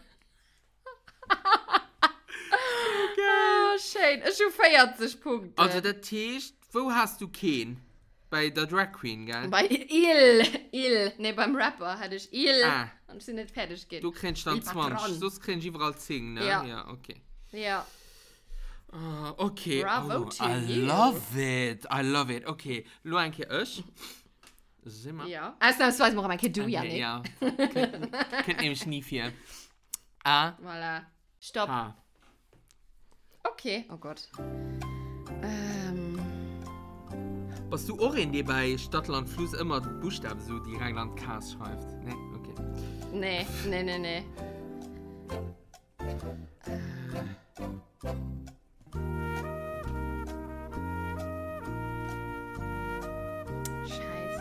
Oh, schön. Ich habe 40 Punkte. Also der Tisch, wo hast du keinen? Bei der Drag Queen, gell? Bei Il. Nee, beim Rapper hatte ich Il. Ah. Und sie nicht fertig geht. Du kriegst dann 20, sonst kriegst du überall 10, ne? Ja. Okay. Ja. Okay. Bravo to I you. love it. Okay, Luanke, ich. Sind wir? Ja. Ausnahmsweise machen wir du, ja, nicht. Ja. Könnt nämlich nie viel. A. Voilà. Stopp. H. Okay. Oh Gott. Was du auch in dir bei Stadtland Fluss immer Buchstaben so die Rheinland Ks schreibt? Ne, okay. Nee. Scheiße.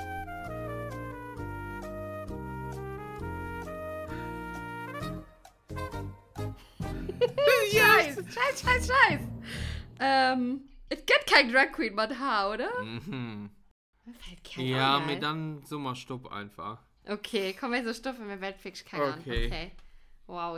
Scheiß. Es gibt kein Drag Queen mit H, oder? Mhm. Fällt kein Ja, ein. mir dann so mal Stopp einfach. Okay, komm, wir so stoppen, mir fällt wirklich kein an. Okay. Wow.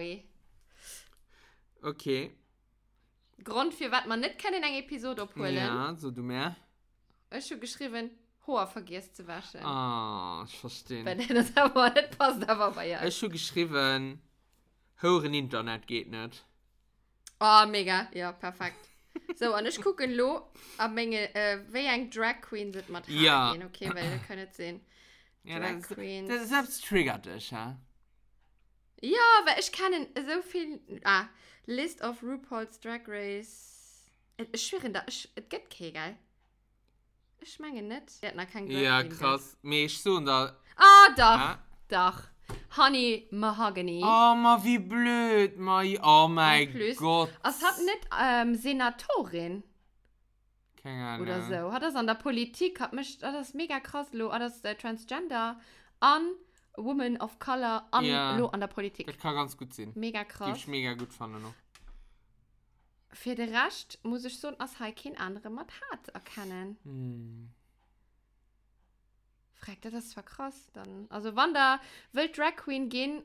Okay. Grund für was man nicht kann in einer Episode abholen. Ja, so du mehr? Ich habe geschrieben, Hoa vergisst zu waschen. Ah, ich verstehe. Wenn das aber nicht passt, aber bei ja. Ich habe geschrieben, hören Internet geht nicht. Oh, mega. Ja, perfekt. So, und ich gucke lo, eine Menge, wie ein Drag Queen sind mit Haar Ja. gehen. Okay, weil wir können es sehen. Ja, Drag das, Queens. das selbst triggert dich, ja? Ja, weil ich kann so viel... List of RuPaul's Drag Race... Es schwierig, es gibt keine, geil. Ich meine nicht. Der hat noch kein Drag Ja, Queen krass. Mir ist so da. Doch. Ja? Doch. Honey Mahogany. Oh, ma, wie blöd, oh mein Plus. Gott. Es hat nicht Senatorin Keine Ahnung. oder so. Hat das an der Politik, hat das mega krass, lo, hat das Transgender an Woman of Color an, Ja. lo, an der Politik. Das kann ganz gut sein. Mega Die krass. ich mega gut fand noch. Für den Rest muss ich so als kein anderer mit hat erkennen. Fragt er, das war krass dann. Also, wenn da will Drag Queen gehen,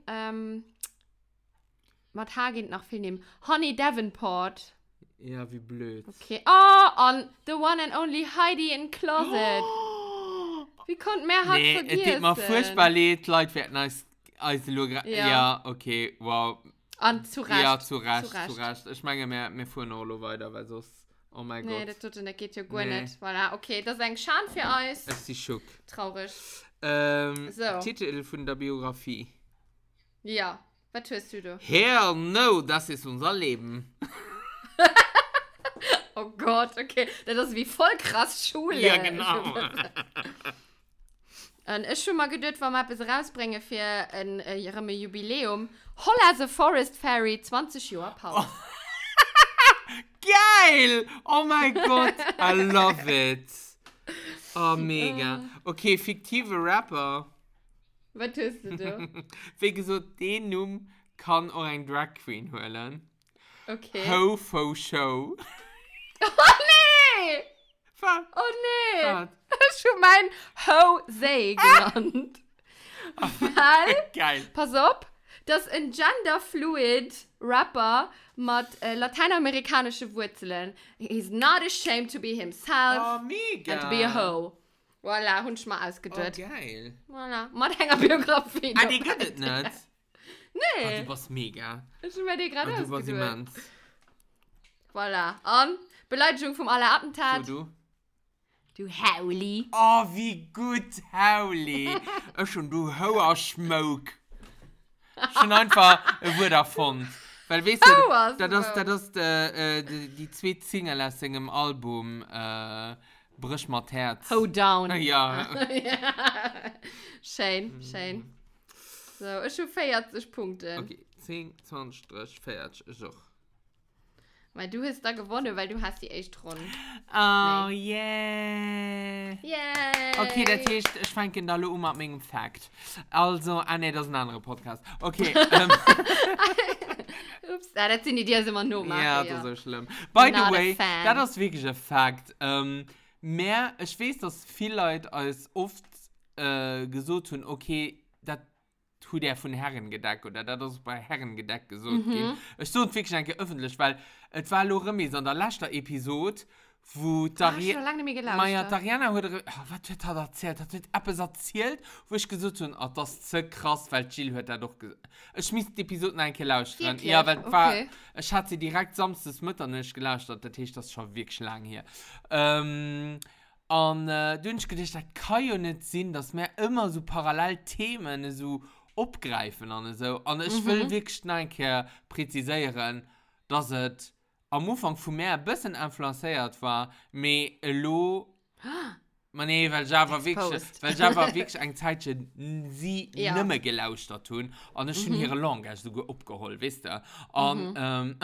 mit Haar geht noch viel nehmen. Honey Davenport. Ja, wie blöd. Okay. Oh, und the one and only Heidi in Closet. Wie konnte mehr halt Nee, es vergessen? geht mal furchtbar leid, Leute werden als Ja. ja, okay, wow. Und zu Recht. Ja, zu Recht. Ich meine, wir fuhren auch weiter, weil sonst... Oh mein Gott. Nee, das geht ja gut nicht. Voilà, okay, das ist ein Schande für uns. Es ist schock. Traurig. So. Titel von der Biografie. Ja, was tust du da? Hell no, das ist unser Leben. Oh Gott, okay. Das ist wie voll krass Schule. Ja, genau. Und ich schon mal gedacht, wenn wir etwas rausbringen für ein Jubiläum. Holla the Forest Fairy 20 Jahre Pause. Oh. Geil! Oh mein Gott, I love it. Oh, mega. Okay, fiktive Rapper. Was tust du da? Wegen so den Namen kann auch ein Drag Queen holen. Okay. Ho-Fo Show. Oh nee! Was? Oh nee! Was? Schon mein Jose genannt. Weil, Geil. pass auf, das ist ein genderfluid Rapper mit lateinamerikanischen Wurzeln. He's not ashamed to be himself Oh, mega. and to be a hoe. Voilà, hund ich mal ausgedrückt. Oh, geil. Voilà, mit einer Biografie. Ah, die geht es nicht. Nee. Oh, du warst mega. Ich habe mir die gerade Und du warst ausgedrückt. immens. Voilà. Und Beleidigung vom aller Attentat. So, du? Du Hauli. Oh, wie gut, Hauli. Und du hoher Schmuck. Schon einfach ein Wort davon. Weil, weißt du, das ist die zwei Single aus dem Album Brüsch mit Herz. Hold down. Ja. Schön, schön. So, ich habe 40 Punkte. Okay, 10, 20, 30, 40, ich auch. Weil du hast da gewonnen, weil du hast die echt Runde. Oh, Nee. yeah. Yay! Okay, das heißt, ich fange in der mit meinem Fact. Also, nee, das ist ein anderer Podcast. Okay. Ups, ja, das sind die, die immer nur machen. Ja, das ist so schlimm. By Not a the way, fan. das ist wirklich ein Fact. Ich weiß, dass viele Leute als oft gesagt haben, okay, das tut der von Herren gedeckt oder das ist bei Herren gedeckt gesagt. Ich so wirklich eigentlich öffentlich, weil es war nur Remis an der letzten Episode, wo Ich habe schon lange nicht mehr gelauscht. Tariana hat, was hat er erzählt? Hat er etwas erzählt, wo ich gesagt habe, oh, das ist so krass, weil Jill hat er doch gesagt. Ich muss die Episode nicht gelauscht. Wirklich? Ja, weil Okay. ich hatte sie direkt samstags Mittag nicht gelauscht, das ist das schon wirklich lang hier. Und du hast gedacht, das kann ja nicht sein, dass wir immer so parallel Themen so abgreifen und so. Und ich will wirklich noch präzisieren, dass es am Anfang von mir ein bisschen influenziert war, aber weil Java wirklich ein Zeitchen sie Ja. nicht mehr gelauscht hat tun und ich schon ihre Lange sogar abgeholt, wisst ihr? Und,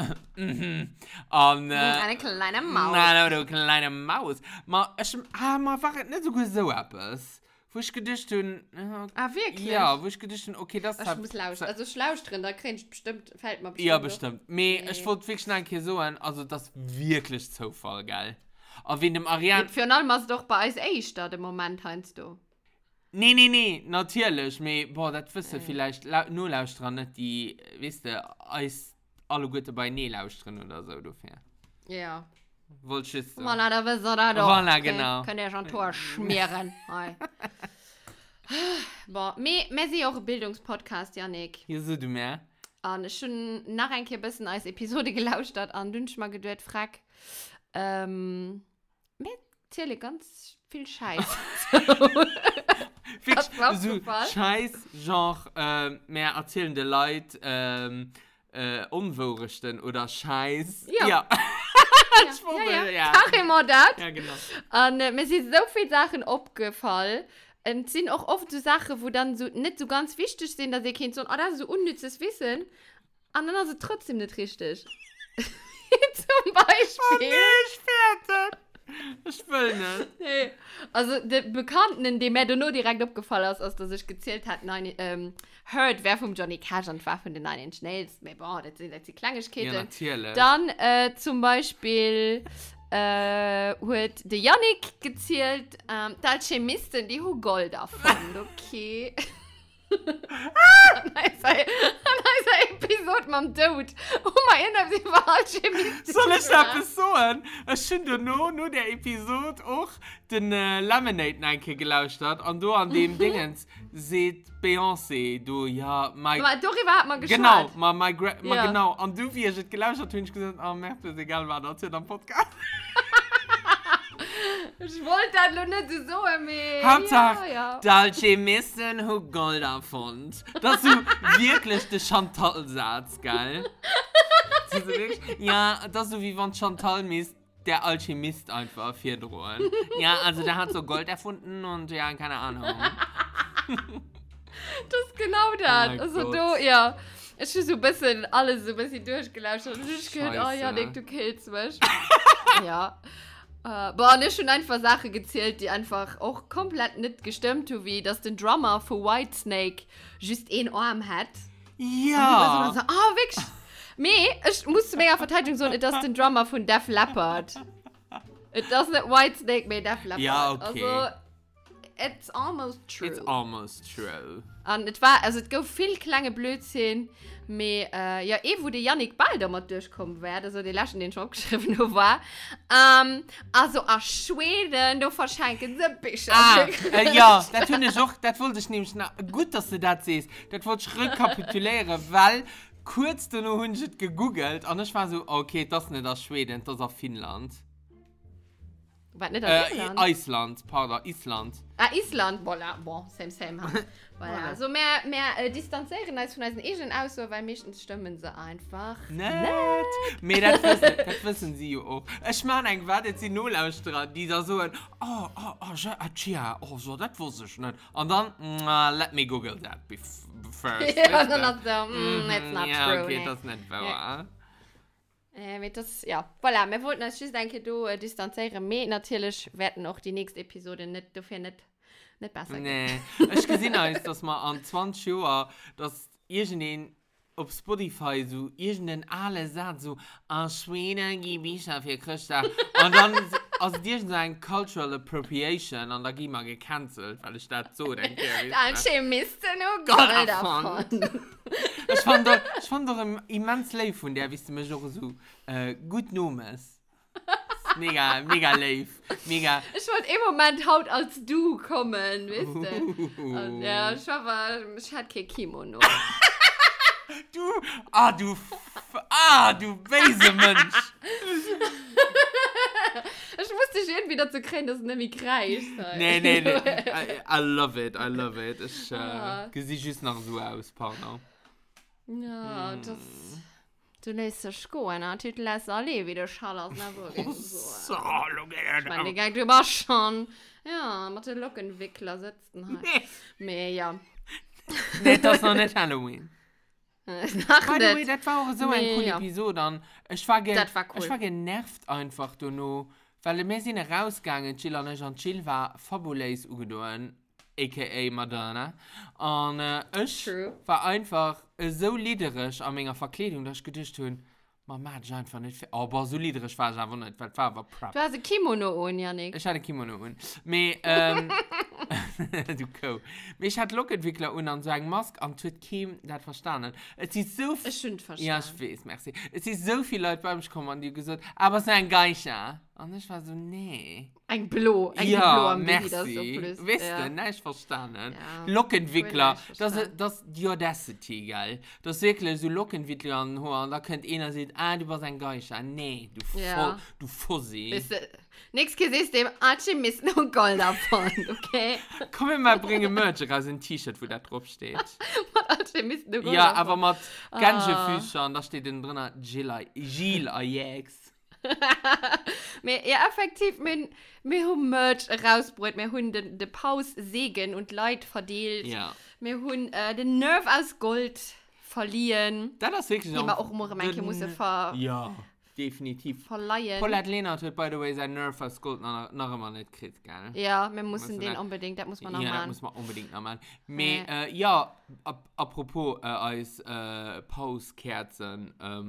Eine kleine Maus. Nein, du kleine Maus. Man war nicht so gut so etwas. Wo ich gedacht habe, Ah, wirklich? ja, wo ich gedacht habe, okay, das Ich muss lauschen. Also ich lausche drin, da kriegst du bestimmt, fällt mir bestimmt. ja, auf. bestimmt. Aber ich wollte wirklich ein bisschen so, also das ist wirklich Zufall, gell? Aber wenn dem Ariane... Für allem ist doch bei uns echt da, im Moment, meinst du? Nee, natürlich. Aber, boah, das wissen vielleicht nur Lauschern nicht, die, wisst ihr, als alle Gute bei nie Lauschern oder so, dafür. Ja. Wolltest du? Voilà, da wisst ihr da doch. Voilà, genau. Könnt ihr schon Tor schmieren. Hi. Boah, wir sind auch ein Bildungspodcast, Janik. Hier so du mehr. Und ich schon nach ein bisschen als Episode gelauscht hat, und du hast mal gedacht, frag, mir erzähle ganz viel Scheiß. Wirklich, war so Zufall. Scheiß, Genre, mehr erzählende Leute, Unwürdigsten oder Scheiß. Ja. Ja. Ach, immer das. Ja, genau. Und mir sind so viele Sachen aufgefallen. Und es sind auch oft so Sachen, wo dann so nicht so ganz wichtig sind, dass ihr Kind so, das ist so unnützes Wissen. Und dann ist es trotzdem nicht richtig. Zum Beispiel. Ich fertig. Ich will nicht. Nee. Also, der Bekannten, dem mir da nur direkt aufgefallen ist, als dass ich gezählt hat, hört, wer vom Johnny Cash und war von den 9 Inch Nails. Aber boah, das sind jetzt die Kleinigkeiten. Ja, natürlich. Dann zum Beispiel hat der Yannick gezählt, die Alchemistin, die hat Gold erfunden, okay. Episode mit dem Tod. Oh mein Gott, sie war Alchemist. Soll ich das sagen? Ich finde nur der Episode auch den Laminate gelauscht hat und du an dem Dingens seht Beyoncé, du ja, Aber darüber hat man geschwatzt. Genau, genau. Und du, wie ich es gelauscht habe, habe ich gesagt, oh, merkt das egal, was das hier am Podcast. Ich wollte das noch nicht so mehr. Hauptsache, ja. Die Alchemisten haben Gold erfunden. Das ist wirklich der Chantal-Satz, gell? Das ist wirklich, ja, das ist so wie wenn Chantal misst, der Alchemist einfach vier drohen. Ja, also der hat so Gold erfunden und ja, keine Ahnung. Das ist genau das. Oh also Gott. du, ja. Ich habe so ein bisschen alles so ein bisschen durchgelauscht und ich gehört, oh ja, Nick, du killst mich. Ja. Boah, und ich schon einfach Sachen gezählt, die einfach auch komplett nicht gestimmt haben, wie dass der Drummer für Whitesnake just einen Arm hat. Ja. Und so, wirklich? Ich musste mega Verteidigung sagen, das ist der Drummer von Def Leppard. Das ist nicht Whitesnake, mehr Def Leppard. Ja, okay. Also, it's almost true. It's almost true. Und es war, also es gab viel kleine Blödsinn, aber ja, wo der Yannick bald damit durchkommen wird, also die Laschen, den schon abgeschrieben war. Also aus Schweden, da verschenken sie Bücher. Ja, das wollte ich nämlich, gut, dass du das siehst, das wollte ich rekapitulieren, weil kurz danach habe ich gegoogelt und ich war so, okay, das ist nicht aus Schweden, das ist aus Finnland. Was, nicht aus Island? Island. Island, voilà, bon, same. Voilà. So mehr distanzieren als von unseren Asian aus, so, weil meistens stimmen sie einfach. Nett. Aber das wissen sie ja auch. Ich meine, irgendwann jetzt die Nullausstrahler, die da so ein, so, das wusste ich nicht. Und dann, let me google that first. Ja, dann hat so, it's not ja, true. okay, nee. das ist nicht wahr. Das, ja, voilà, wir wollten uns, denke du, distanzieren, aber natürlich werden auch die nächste Episode nicht besser Nee, ich gesehen habe, dass man an 20 Jahren, dass irgendein auf Spotify so irgendein alle sagt so, Schweden gibt ich für Christa. Und dann, also die sind so ein Cultural Appropriation und da gibt man gecancelt, weil ich das so denke. Alchemisten und Gold davon. Ich fand doch ein immens Live von der, wie du mich auch so gut nommst. Mega live. Mega. Ich wollte im Moment haut als du kommen, wisst ihr? Und ja, ich hatte kein Kimono. Du böse Mensch. Ich musste dich irgendwie dazu kriegen, dass es nämlich kreischt. Nee. I love it. Ich sehe just noch so aus, Partner. Ja, das... Du lässt dich gehen, ne? Du lässt alle wieder Schall aus der Burg. So, look at Ich meine, die geht über schon. Ja, mit den Lockenwickler sitzen halt. Nee, ja. Nee, das ist noch nicht Halloween. By the way, Das das war auch so eine coole Episode. Und ich war cool. Ich war genervt einfach, du noch. Weil wir sind rausgegangen, Jill und ich, und Jill war fabulous umgedreht, a.k.a. Madonna. Und ich war einfach so liederisch an meiner Verkleidung, dass ich gedacht habe, man macht einfach nicht viel. Aber so liederisch war ich einfach nicht, weil es war aber prop. Du hast ein Kimono an, Janik. Ich hatte ein Kimono an. Du Co. Ich hatte Lockentwickler und so eine Maske und tut Kim das verstanden. Es ist so viel. Ich finde verstanden. Ja, ich weiß, merci. Es ist so viele Leute bei mir gekommen und die gesagt, aber es ist ein Geisha. Und ich war so, nee. Ein Blo. Ja, merci. So Wisst ihr, nicht verstanden. Ja. Lockentwickler, das ist die Audacity, gell? Das ist wirklich so Lockentwickler und da könnt einer sagen, du bist ein Geisha. Nee, du Fussi. Nichts gesehen, dem Alchemisten und Gold davon, okay? Komm wir mal bringen Merch raus, ein T-Shirt, wo da drauf steht. Mit Alchemisten und Gold ja, davon. aber mit Gänsefüßchen und da steht drin Gilles Ajax. Ja, effektiv, wir haben Merch rausgebracht, wir haben den Pause-Segen und Leid verdient. Ja. Wir haben den Nerv aus Gold verliehen. Das ist wirklich aber auch morgen manche muss ja, definitiv. Verleihen. Paulette Lehnert hat, by the way, sein Nerv aus Gold noch immer nicht gekriegt, gell? Ja, wir müssen den unbedingt, das muss man noch machen. Ja, das muss man unbedingt noch machen. Ja, apropos als Pause-Kerzen,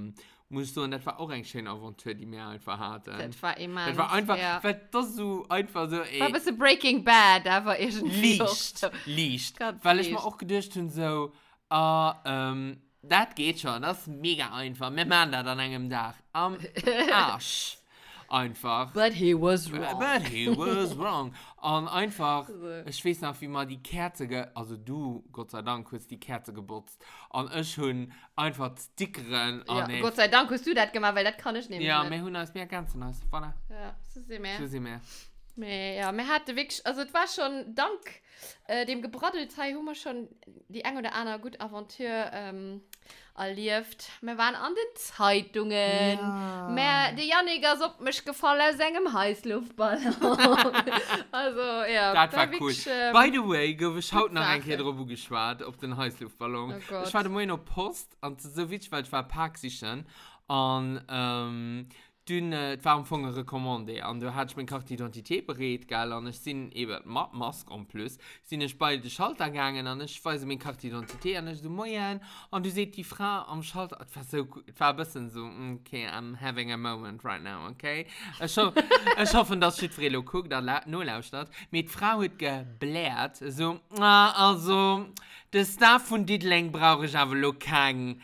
musst du, und das war auch eine schöne Aventur, die mir einfach hatten. Das war immer. Das war einfach, ja. weil das so einfach so, War ein bisschen Breaking Bad, aber irgendwie. Licht. Ganz Weil ich mir licht. auch gedacht habe, so, das geht schon, das ist mega einfach. Wir machen das an einem Tag. Am Arsch. Einfach. But he was wrong. But he was wrong. Und einfach, ich weiß noch, wie man die Kerze, also du, Gott sei Dank, hast die Kerze geputzt. Und ich schon einfach dickeren. Ja, Gott sei Dank hast du das gemacht, weil das kann ich nicht. Ja, wir haben das mehr ganz nice. Voilà. Ja, so sind wir. So sind wir. Ja, wir hatten wirklich, also es war schon dank dem Gebraddelteil haben wir schon die ein oder andere gute Aventur erlebt. Wir waren an den Zeitungen. Ja. Die Jannik ist auf mich gefallen, seinem Heißluftballon. Also, ja. Das war cool. Wirklich, By the way, ich habe noch ein Sache. bisschen drüber geschwärzt, auf den Heißluftballon. Oh Gott. Ich war da mal noch Post, und so witzig, weil ich war parksicher. Und, dann war am Anfang eine Rekommande. Und da hatte ich meine Kartidentität berät, gell, und ich bin eben mit Maske und plus, sind ich bei den Schalter gegangen, und ich weise meine Kartidentität, und ich so, moin, und du siehst die Frau am Schalter, es war so gut, es war ein bisschen so, okay, I'm having a moment right now, okay? Ich hoffe, dass ich Frelo guckt, da nur lauscht hat. Mit Frau hat geblärt, so, also, das Staff von Dietling brauche ich aber noch kein,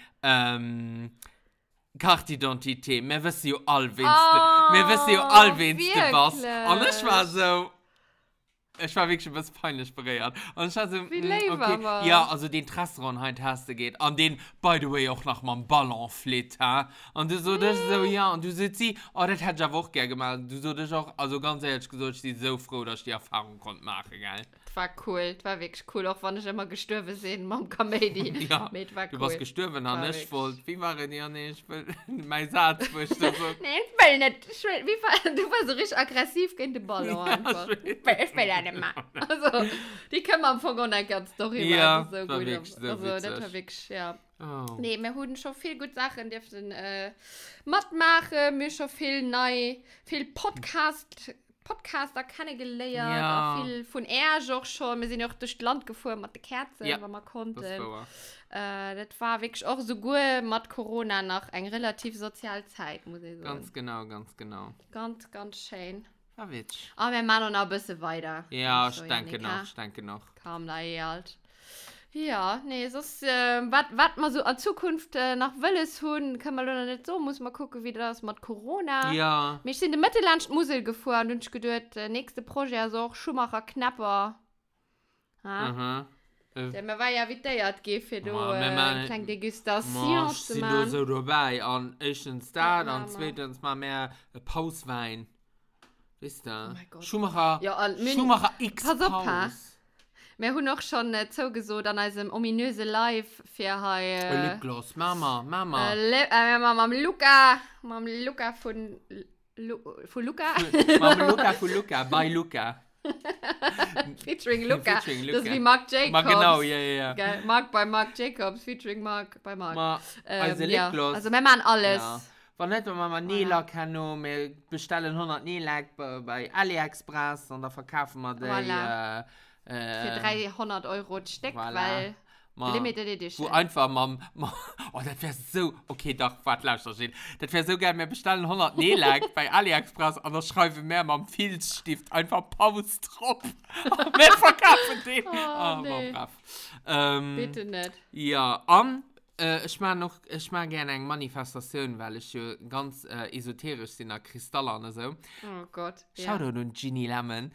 Kartidentität, wir wissen ja all, wen du was. Und ich war so, ich war wirklich ein bisschen peinlich berührt. Und ich war so, Wie leid war was? ja, also den Restaurant heute hast du geht, an den, by the way, auch nach meinem Ballon flitt, ha? Und du so, das so, ja, und du sitzt sie, oh, das hätte ich aber auch gerne gemacht. Du so, das auch, also ganz ehrlich gesagt, ich bin so froh, dass ich die Erfahrung konnte machen, gell? Das war cool, das war wirklich cool, auch wenn ich immer gestorben bin, Mom Comedy. Ja, Mit, war du cool. warst gestorben, War und ich wirklich- wollte, wie war es ja nicht, mein Satz, wo ich so, Nee, ich will nicht. Du warst so richtig aggressiv gegen den Ballon. Ja, Einfach. ich Ich will ja nicht mehr. Also, die können wir am Anfang auch nicht ganz Story Ja, machen. So war gut. wirklich so Also, das witzig. war wirklich, ja. oh. Nee, wir hatten schon viel gute Sachen, dürfen matt machen, wir schon viel Podcaster kennengelernt, Ja. auch viel von Erge auch schon. Wir sind auch durch das Land gefahren mit den Kerzen, Ja, wenn wir konnten. Das war Das war wirklich auch so gut mit Corona nach einer relativ sozialen Zeit, muss ich sagen. ganz genau, ganz genau. Ganz, ganz schön. War witzig. Aber wir machen noch ein bisschen weiter. Ja, So, ich denke Janika. noch, ich denke noch. Kam da halt. Ja, nee, sonst, was man so in Zukunft nach Willis tun, kann man noch nicht so, muss man gucken, wie das mit Corona. Ja, Wir sind in der Mittelland Musel gefahren und ich gedacht, nächste Projekt ist auch Schumacher Knapper. Ja. aha. Denn man war ja wieder ja für du Ja, wir machen- eine kleine Ma, Degustation ich zu bin da machen. so dabei. Und erstens da, Ja, dann Mama. zweitens mal mehr Pauswein. Wisst ihr? Oh mein Gott. Schumacher, Ja, und Schumacher X Pass auf, ha. Paus. Wir haben auch schon zugesucht an einem ominösen Live für Lipgloss, Mama. Mama Luca von Luca Mama Luca, bei Luca. featuring Luca. Featuring Das ist Luca. wie Marc Jacobs. Ma, genau, ja. Geil. Marc bei Marc Jacobs, featuring Marc bei Marc. Ma, also ja. Lipgloss. Also wir machen alles. Ja. Wenn nicht, wenn wir Nela kennen, wir bestellen 100 Nela bei AliExpress und dann verkaufen wir die. Voilà. Für 300 € das Stück, Voilà. weil Ma, Limited Edition. wo einfach oh, das wäre so, okay, doch, warte, lass das stehen. Das wäre so geil, wir bestellen 100 Nela bei AliExpress und dann schreiben wir mit dem Filzstift einfach Pause drauf. Und wir verkaufen den. Oh, nee. brav. Bitte nicht. Ja, ich mag gerne eine Manifestation, weil ich ja ganz esoterisch bin, Kristalle und so. Oh Gott. Schau dir nun Ginny Lemon.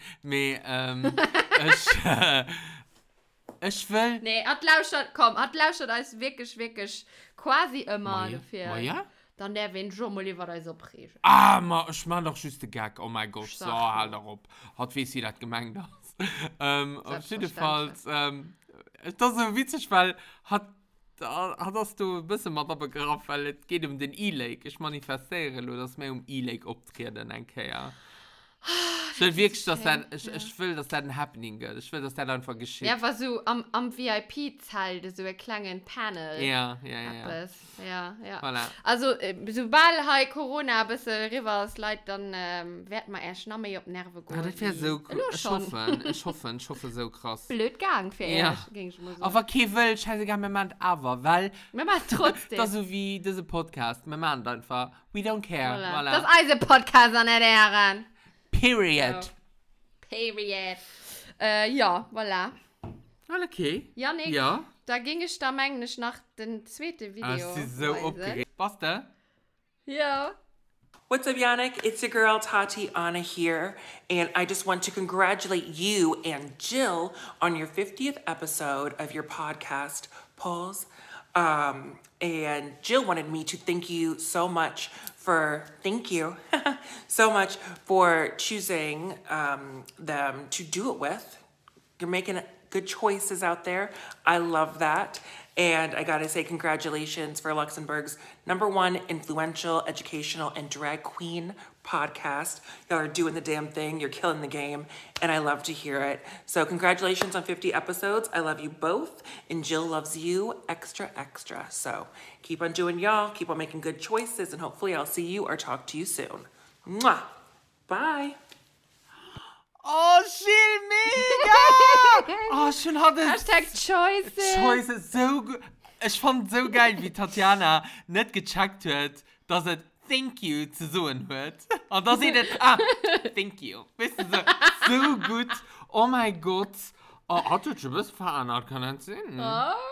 Ich will. Nee, hat lauscht als wirklich quasi immer dafür. Ja? Dann der wenn schon mal lieber da so prägen. Ich mach doch just den Gag. Oh mein Gott, so, halt darauf. Hat wie sie das gemeint hast. Auf jeden Fall, das ist so witzig, weil hast du ein bisschen mal da begriffen, weil es geht um den E-Lake. Ich manifestiere, nur dass wir um E-Lake auftreten, denke ja. Ich will wirklich, dass ich will, dass das ein Happening geht. Ich will, dass das einfach geschieht. Ja, war so am VIP-Zahl, so ein kleinen Panel. Ja. Ja. Voilà. Also, sobald halt Corona ein bisschen rüber ist, Leute, dann wird man erst noch mehr auf die Nerven gehen. Das wäre so cool. Ich hoffe, so krass. Blöd Gang für erst, ging ich mal so. Aber okay, will, scheißegal, wir machen aber, weil... Wir machen trotzdem. Das ist so wie diese Podcast. Wir machen einfach, we don't care. Voilà. Voilà. Das ist ein Podcast an der Herren. Period. So. Period. Ja, voilà. Okay. Janik, Ja. da ging ich da eigentlich nach dem zweiten Video. Sie ist so aufgeregt. Was da? Ja. What's up, Yannick? It's your girl Tati Anna here, and I just want to congratulate you and Jill on your 50th episode of your podcast, Pause. And Jill wanted me to thank you so much so much for choosing them to do it with. You're making good choices out there. I love that. And I gotta say congratulations for Luxembourg's #1 influential, educational, and drag queen podcast. Y'all are doing the damn thing. You're killing the game. And I love to hear it. So congratulations on 50 episodes. I love you both. And Jill loves you extra, extra. So keep on doing y'all. Keep on making good choices. And hopefully I'll see you or talk to you soon. Mwah. Bye. Oh, Jill, mega! Oh, schon hat es... Choices. Choices, so gut. Ich fand so geil, wie Tatjana nicht gecheckt hat, dass es Thank you zu sagen wird. Und da sieht es, Thank you. Weißt du, so gut. Oh mein Gott. Oh, hat du schon was verändert, kann das sein?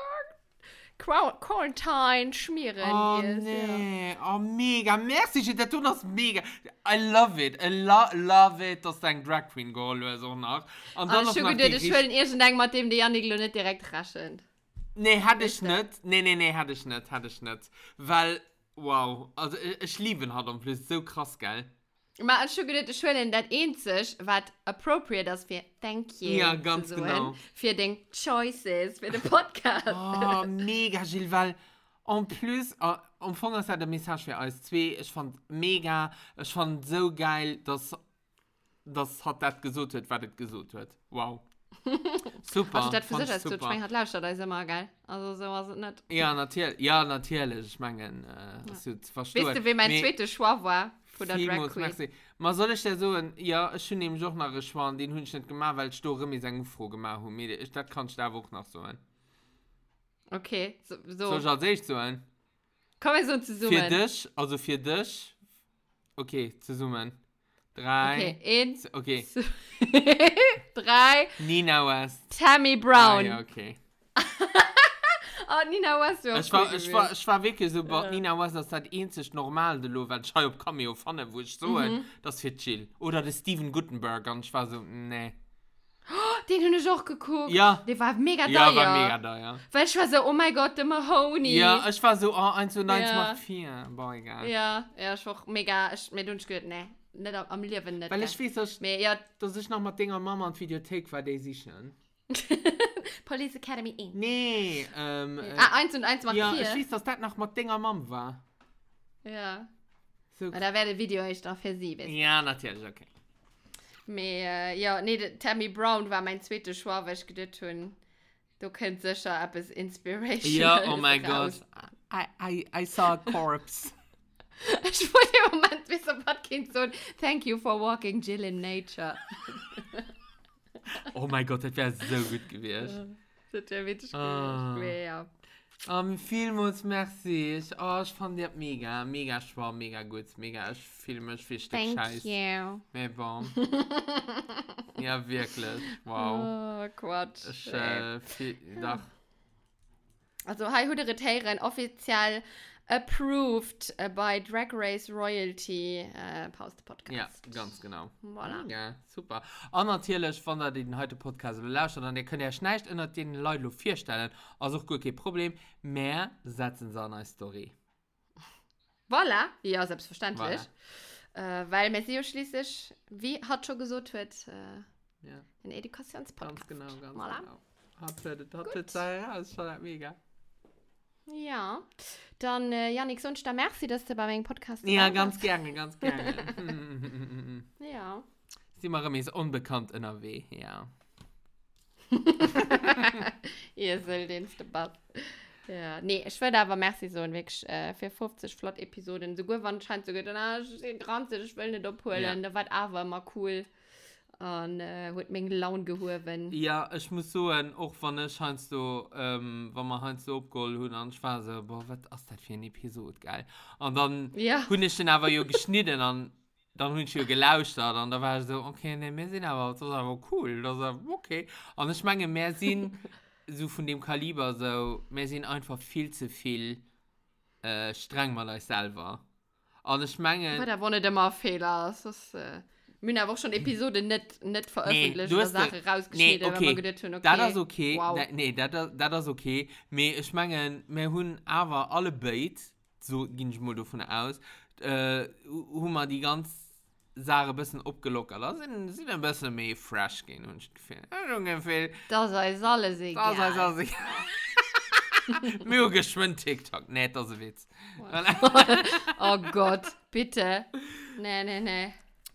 Quarantine schmieren. Oh, yes, nee. Ja. Oh, mega. Merci, das tut das mega. I love it. I love it, dass dein Drag Queen Girl oder so nach. Und dann noch ich will irgendwann mit dem die Janik nicht direkt raschen. Nee, hatte ich nicht. Nee, hatte ich nicht. Weil, wow. Also, ich liebe ihn halt und plus so krass, geil. Aber ich will das Einzige, was appropriate ist für Thank you. Ja, ganz genau. Für den Choices, für den Podcast. Oh, mega, Gilles, weil en plus, am Anfang ist der Message für uns zwei. Ich fand mega, ich fand so geil, dass hat das gesucht wird, was das gesucht wird. Wow. Super. Also das für sich, als du Schwein hat lauscht, das ist immer geil. Also so war es nicht. Ja, natürlich. Ich meine, das ist verstanden. Weißt du, wie mein zweiter Schwab war? Von der Drag Queen. Man soll ich dir sagen, ja, ich habe nämlich auch noch einen Schwan, den habe ich nicht gemacht, weil ich da immer seine Frage gemacht habe. Das kann ich da auch noch so ein. Okay, so. So soll ich so ein. Komm wir so zusammen. Für dich. Okay, zusammen. 3. Okay, 1. Okay. 3. Nina West. Tammy Brown. Ja, okay. Oh, Nina West. Ich war wirklich so, Nina West, das ist das einzig Normale, weil ich habe Cameo fand, wo ich so, das ist für chill. Oder der Steven Guttenberg, und ich war so, nee. Oh, den habe ich auch geguckt. Ja. Der war mega da, ja. Ja, war mega da, ja. Weil ich war so, oh mein Gott, der Mahoney. Ja, ich war so, 1 zu 1 macht 4. Boah, egal. Ja, ich war auch mega, mir tun ich gehört, nee. Nicht am Leben nicht. Weil ich weiß, dass ich noch mit Dinger Mama und Videothek war, die sich schon. Police Academy 1. Nee. 1 und 1 macht 4. Ja, ich weiß, dass das noch mit Dinger Mom war. Ja. So. Da wäre das Video echt noch für sie. Ja, natürlich, okay. Ja, nee, Tammy Brown war mein zweiter Schwab, weil ich gedacht habe, du kennst sicher etwas Inspiration. Ja, oh mein Gott. I saw a corpse. Ich wollte im Moment wissen, was Kind so, thank you for walking Jill in nature. Oh mein Gott, das wäre so gut gewesen. Das wäre wirklich gut gewesen, ja. Vielmals merci. Ich fand das mega schwer, mega gut, mega. Ich fühle mich richtig scheiße. Thank you. Mais bon. Ja, wirklich. Wow. Oh, Quatsch. Doch. Also, hi, Huderitären, offiziell approved by Drag Race Royalty Post Podcast. Ja, ganz genau. Voilà. Ja, super. Und natürlich, wenn ihr den heute Podcast lauscht, dann könnt ihr schnell in den Leuten vorstellen. Also gut, kein Problem. Mehr setzen sie an eine Story. Voilà. Ja, selbstverständlich. Voilà. Weil wir sehen schließlich, wie hat schon gesagt wird, ein Edukationspodcast. Ganz genau. Voilà. Hat es ist schon mega. Ja, dann Jannik, sonst da merci, dass du bei meinem Podcast ja, ganz gerne. Ja. Sie machen mich unbekannt in der W, ja. Ihr seid den Debatt. Ja, nee, ich würde aber merci so wirklich für 50 Flott-Episoden. So gut, wann scheint so gut, ich bin grantig, ich will nicht abholen. Ja. Das war aber immer cool. Und hat mir Laune gehoben. Ja, ich muss so, auch wenn ich scheinst du, wenn man halt so abgeholt hat, und ich war so, boah, was ist das für eine Episode, geil. Und dann habe ich den aber ja geschnitten und dann habe ich ja gelauscht und da war ich so, okay, nee, wir sind aber, das ist aber cool, das ist okay. Und ich meine, wir sind so von dem Kaliber so, wir sind einfach viel zu viel streng mit euch selber. Und ich meine... Aber da war nicht immer Fehler, das ist... Wir haben auch schon Episoden nicht veröffentlicht oder Sachen rausgeschnitten, okay. wenn wir gedacht haben, okay. Das ist okay. Wow. Nee, das ist okay. Aber ich meine, wir haben aber alle beide, so ging ich mal davon aus, haben wir die ganze Sache ein bisschen abgelockert. Da sind ein bisschen mehr fresh gehen und ich gefällt. Das ist alles egal. Das ist alles egal. Mir geschwind TikTok. Nee, das ist ein Witz. Oh Gott, bitte. Nee.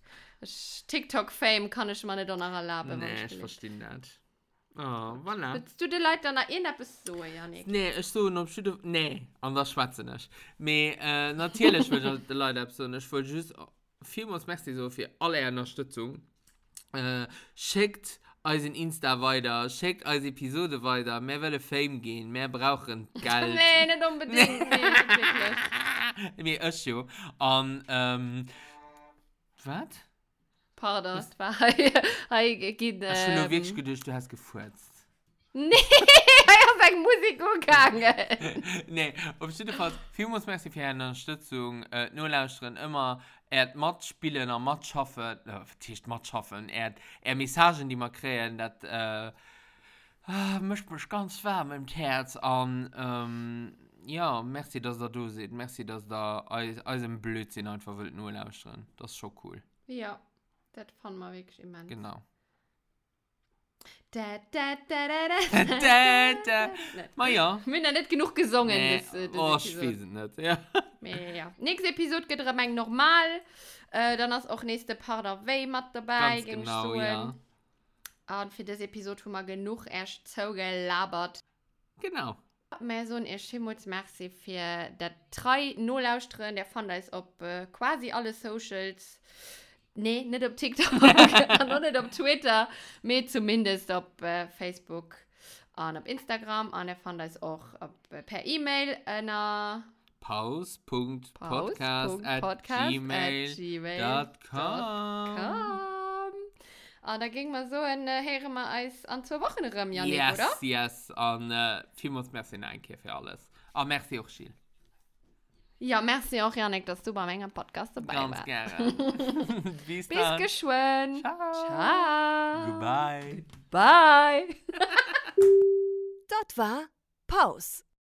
TikTok-Fame kann ich mir nicht danach erlauben. Nee, ich verstehe nicht. Oh, voilà. Willst du die Leute dann etwas so, Janik? Nee, ich so, nee, anders schwätze nicht. Aber natürlich will ich die Leute etwas so. Ich will just vielmals merci so für alle Unterstützung. Schickt uns in Insta weiter, schickt uns Episode weiter. Wir wollen Fame gehen, wir brauchen Geld. Nee, nicht unbedingt. Nee, nicht wirklich. Mir ist schon. Und, was? Pardon, das war geht. Hast du nur wirklich gedacht, du hast gefurzt? Nee, ich habe wegen Musik gegangen. Nee, auf jeden Fall, vielmals merci für deine Unterstützung. Nur lauschen immer, Match spielen und Match schaffen, Match schaffen, Messagen, die wir kriegen, das möchte mich ganz warm im Herz an. Ja, merci, dass ihr da seid. Merci, dass ihr euren Blödsinn einfach wollt nur lauschen. Das ist schon cool. Ja. Das fand man wirklich immens. Genau. Da. Ma ja. Wir haben nicht genug gesungen. Nee. Das Ich weiß nicht. Ja. Ja. Nächste Episode geht es normal. Dann ist auch nächste Part of Way mit dabei. Ganz genau, ja. Und für diese Episode haben wir genug erst so gelabert. Genau. Mehr so ein Erschimmels merci für die 3 No-Lauschen. Der fand das auf quasi alle Socials. Nee, nicht auf TikTok, noch nicht auf Twitter, aber zumindest auf Facebook und auf Instagram. Und er fand das auch per E-Mail an pause.podcast@gmail.com. Und da ging mal so und hören wir uns an 2 Wochen rum, Janik, yes, oder? Yes, und vielmals merci danke für alles. Und merci auch, Gilles. Ja, merci auch, Janik, dass du bei meinem Podcast dabei warst. Ganz gerne. Bis geschwind. Ciao. Goodbye. Bye. Das war Pause.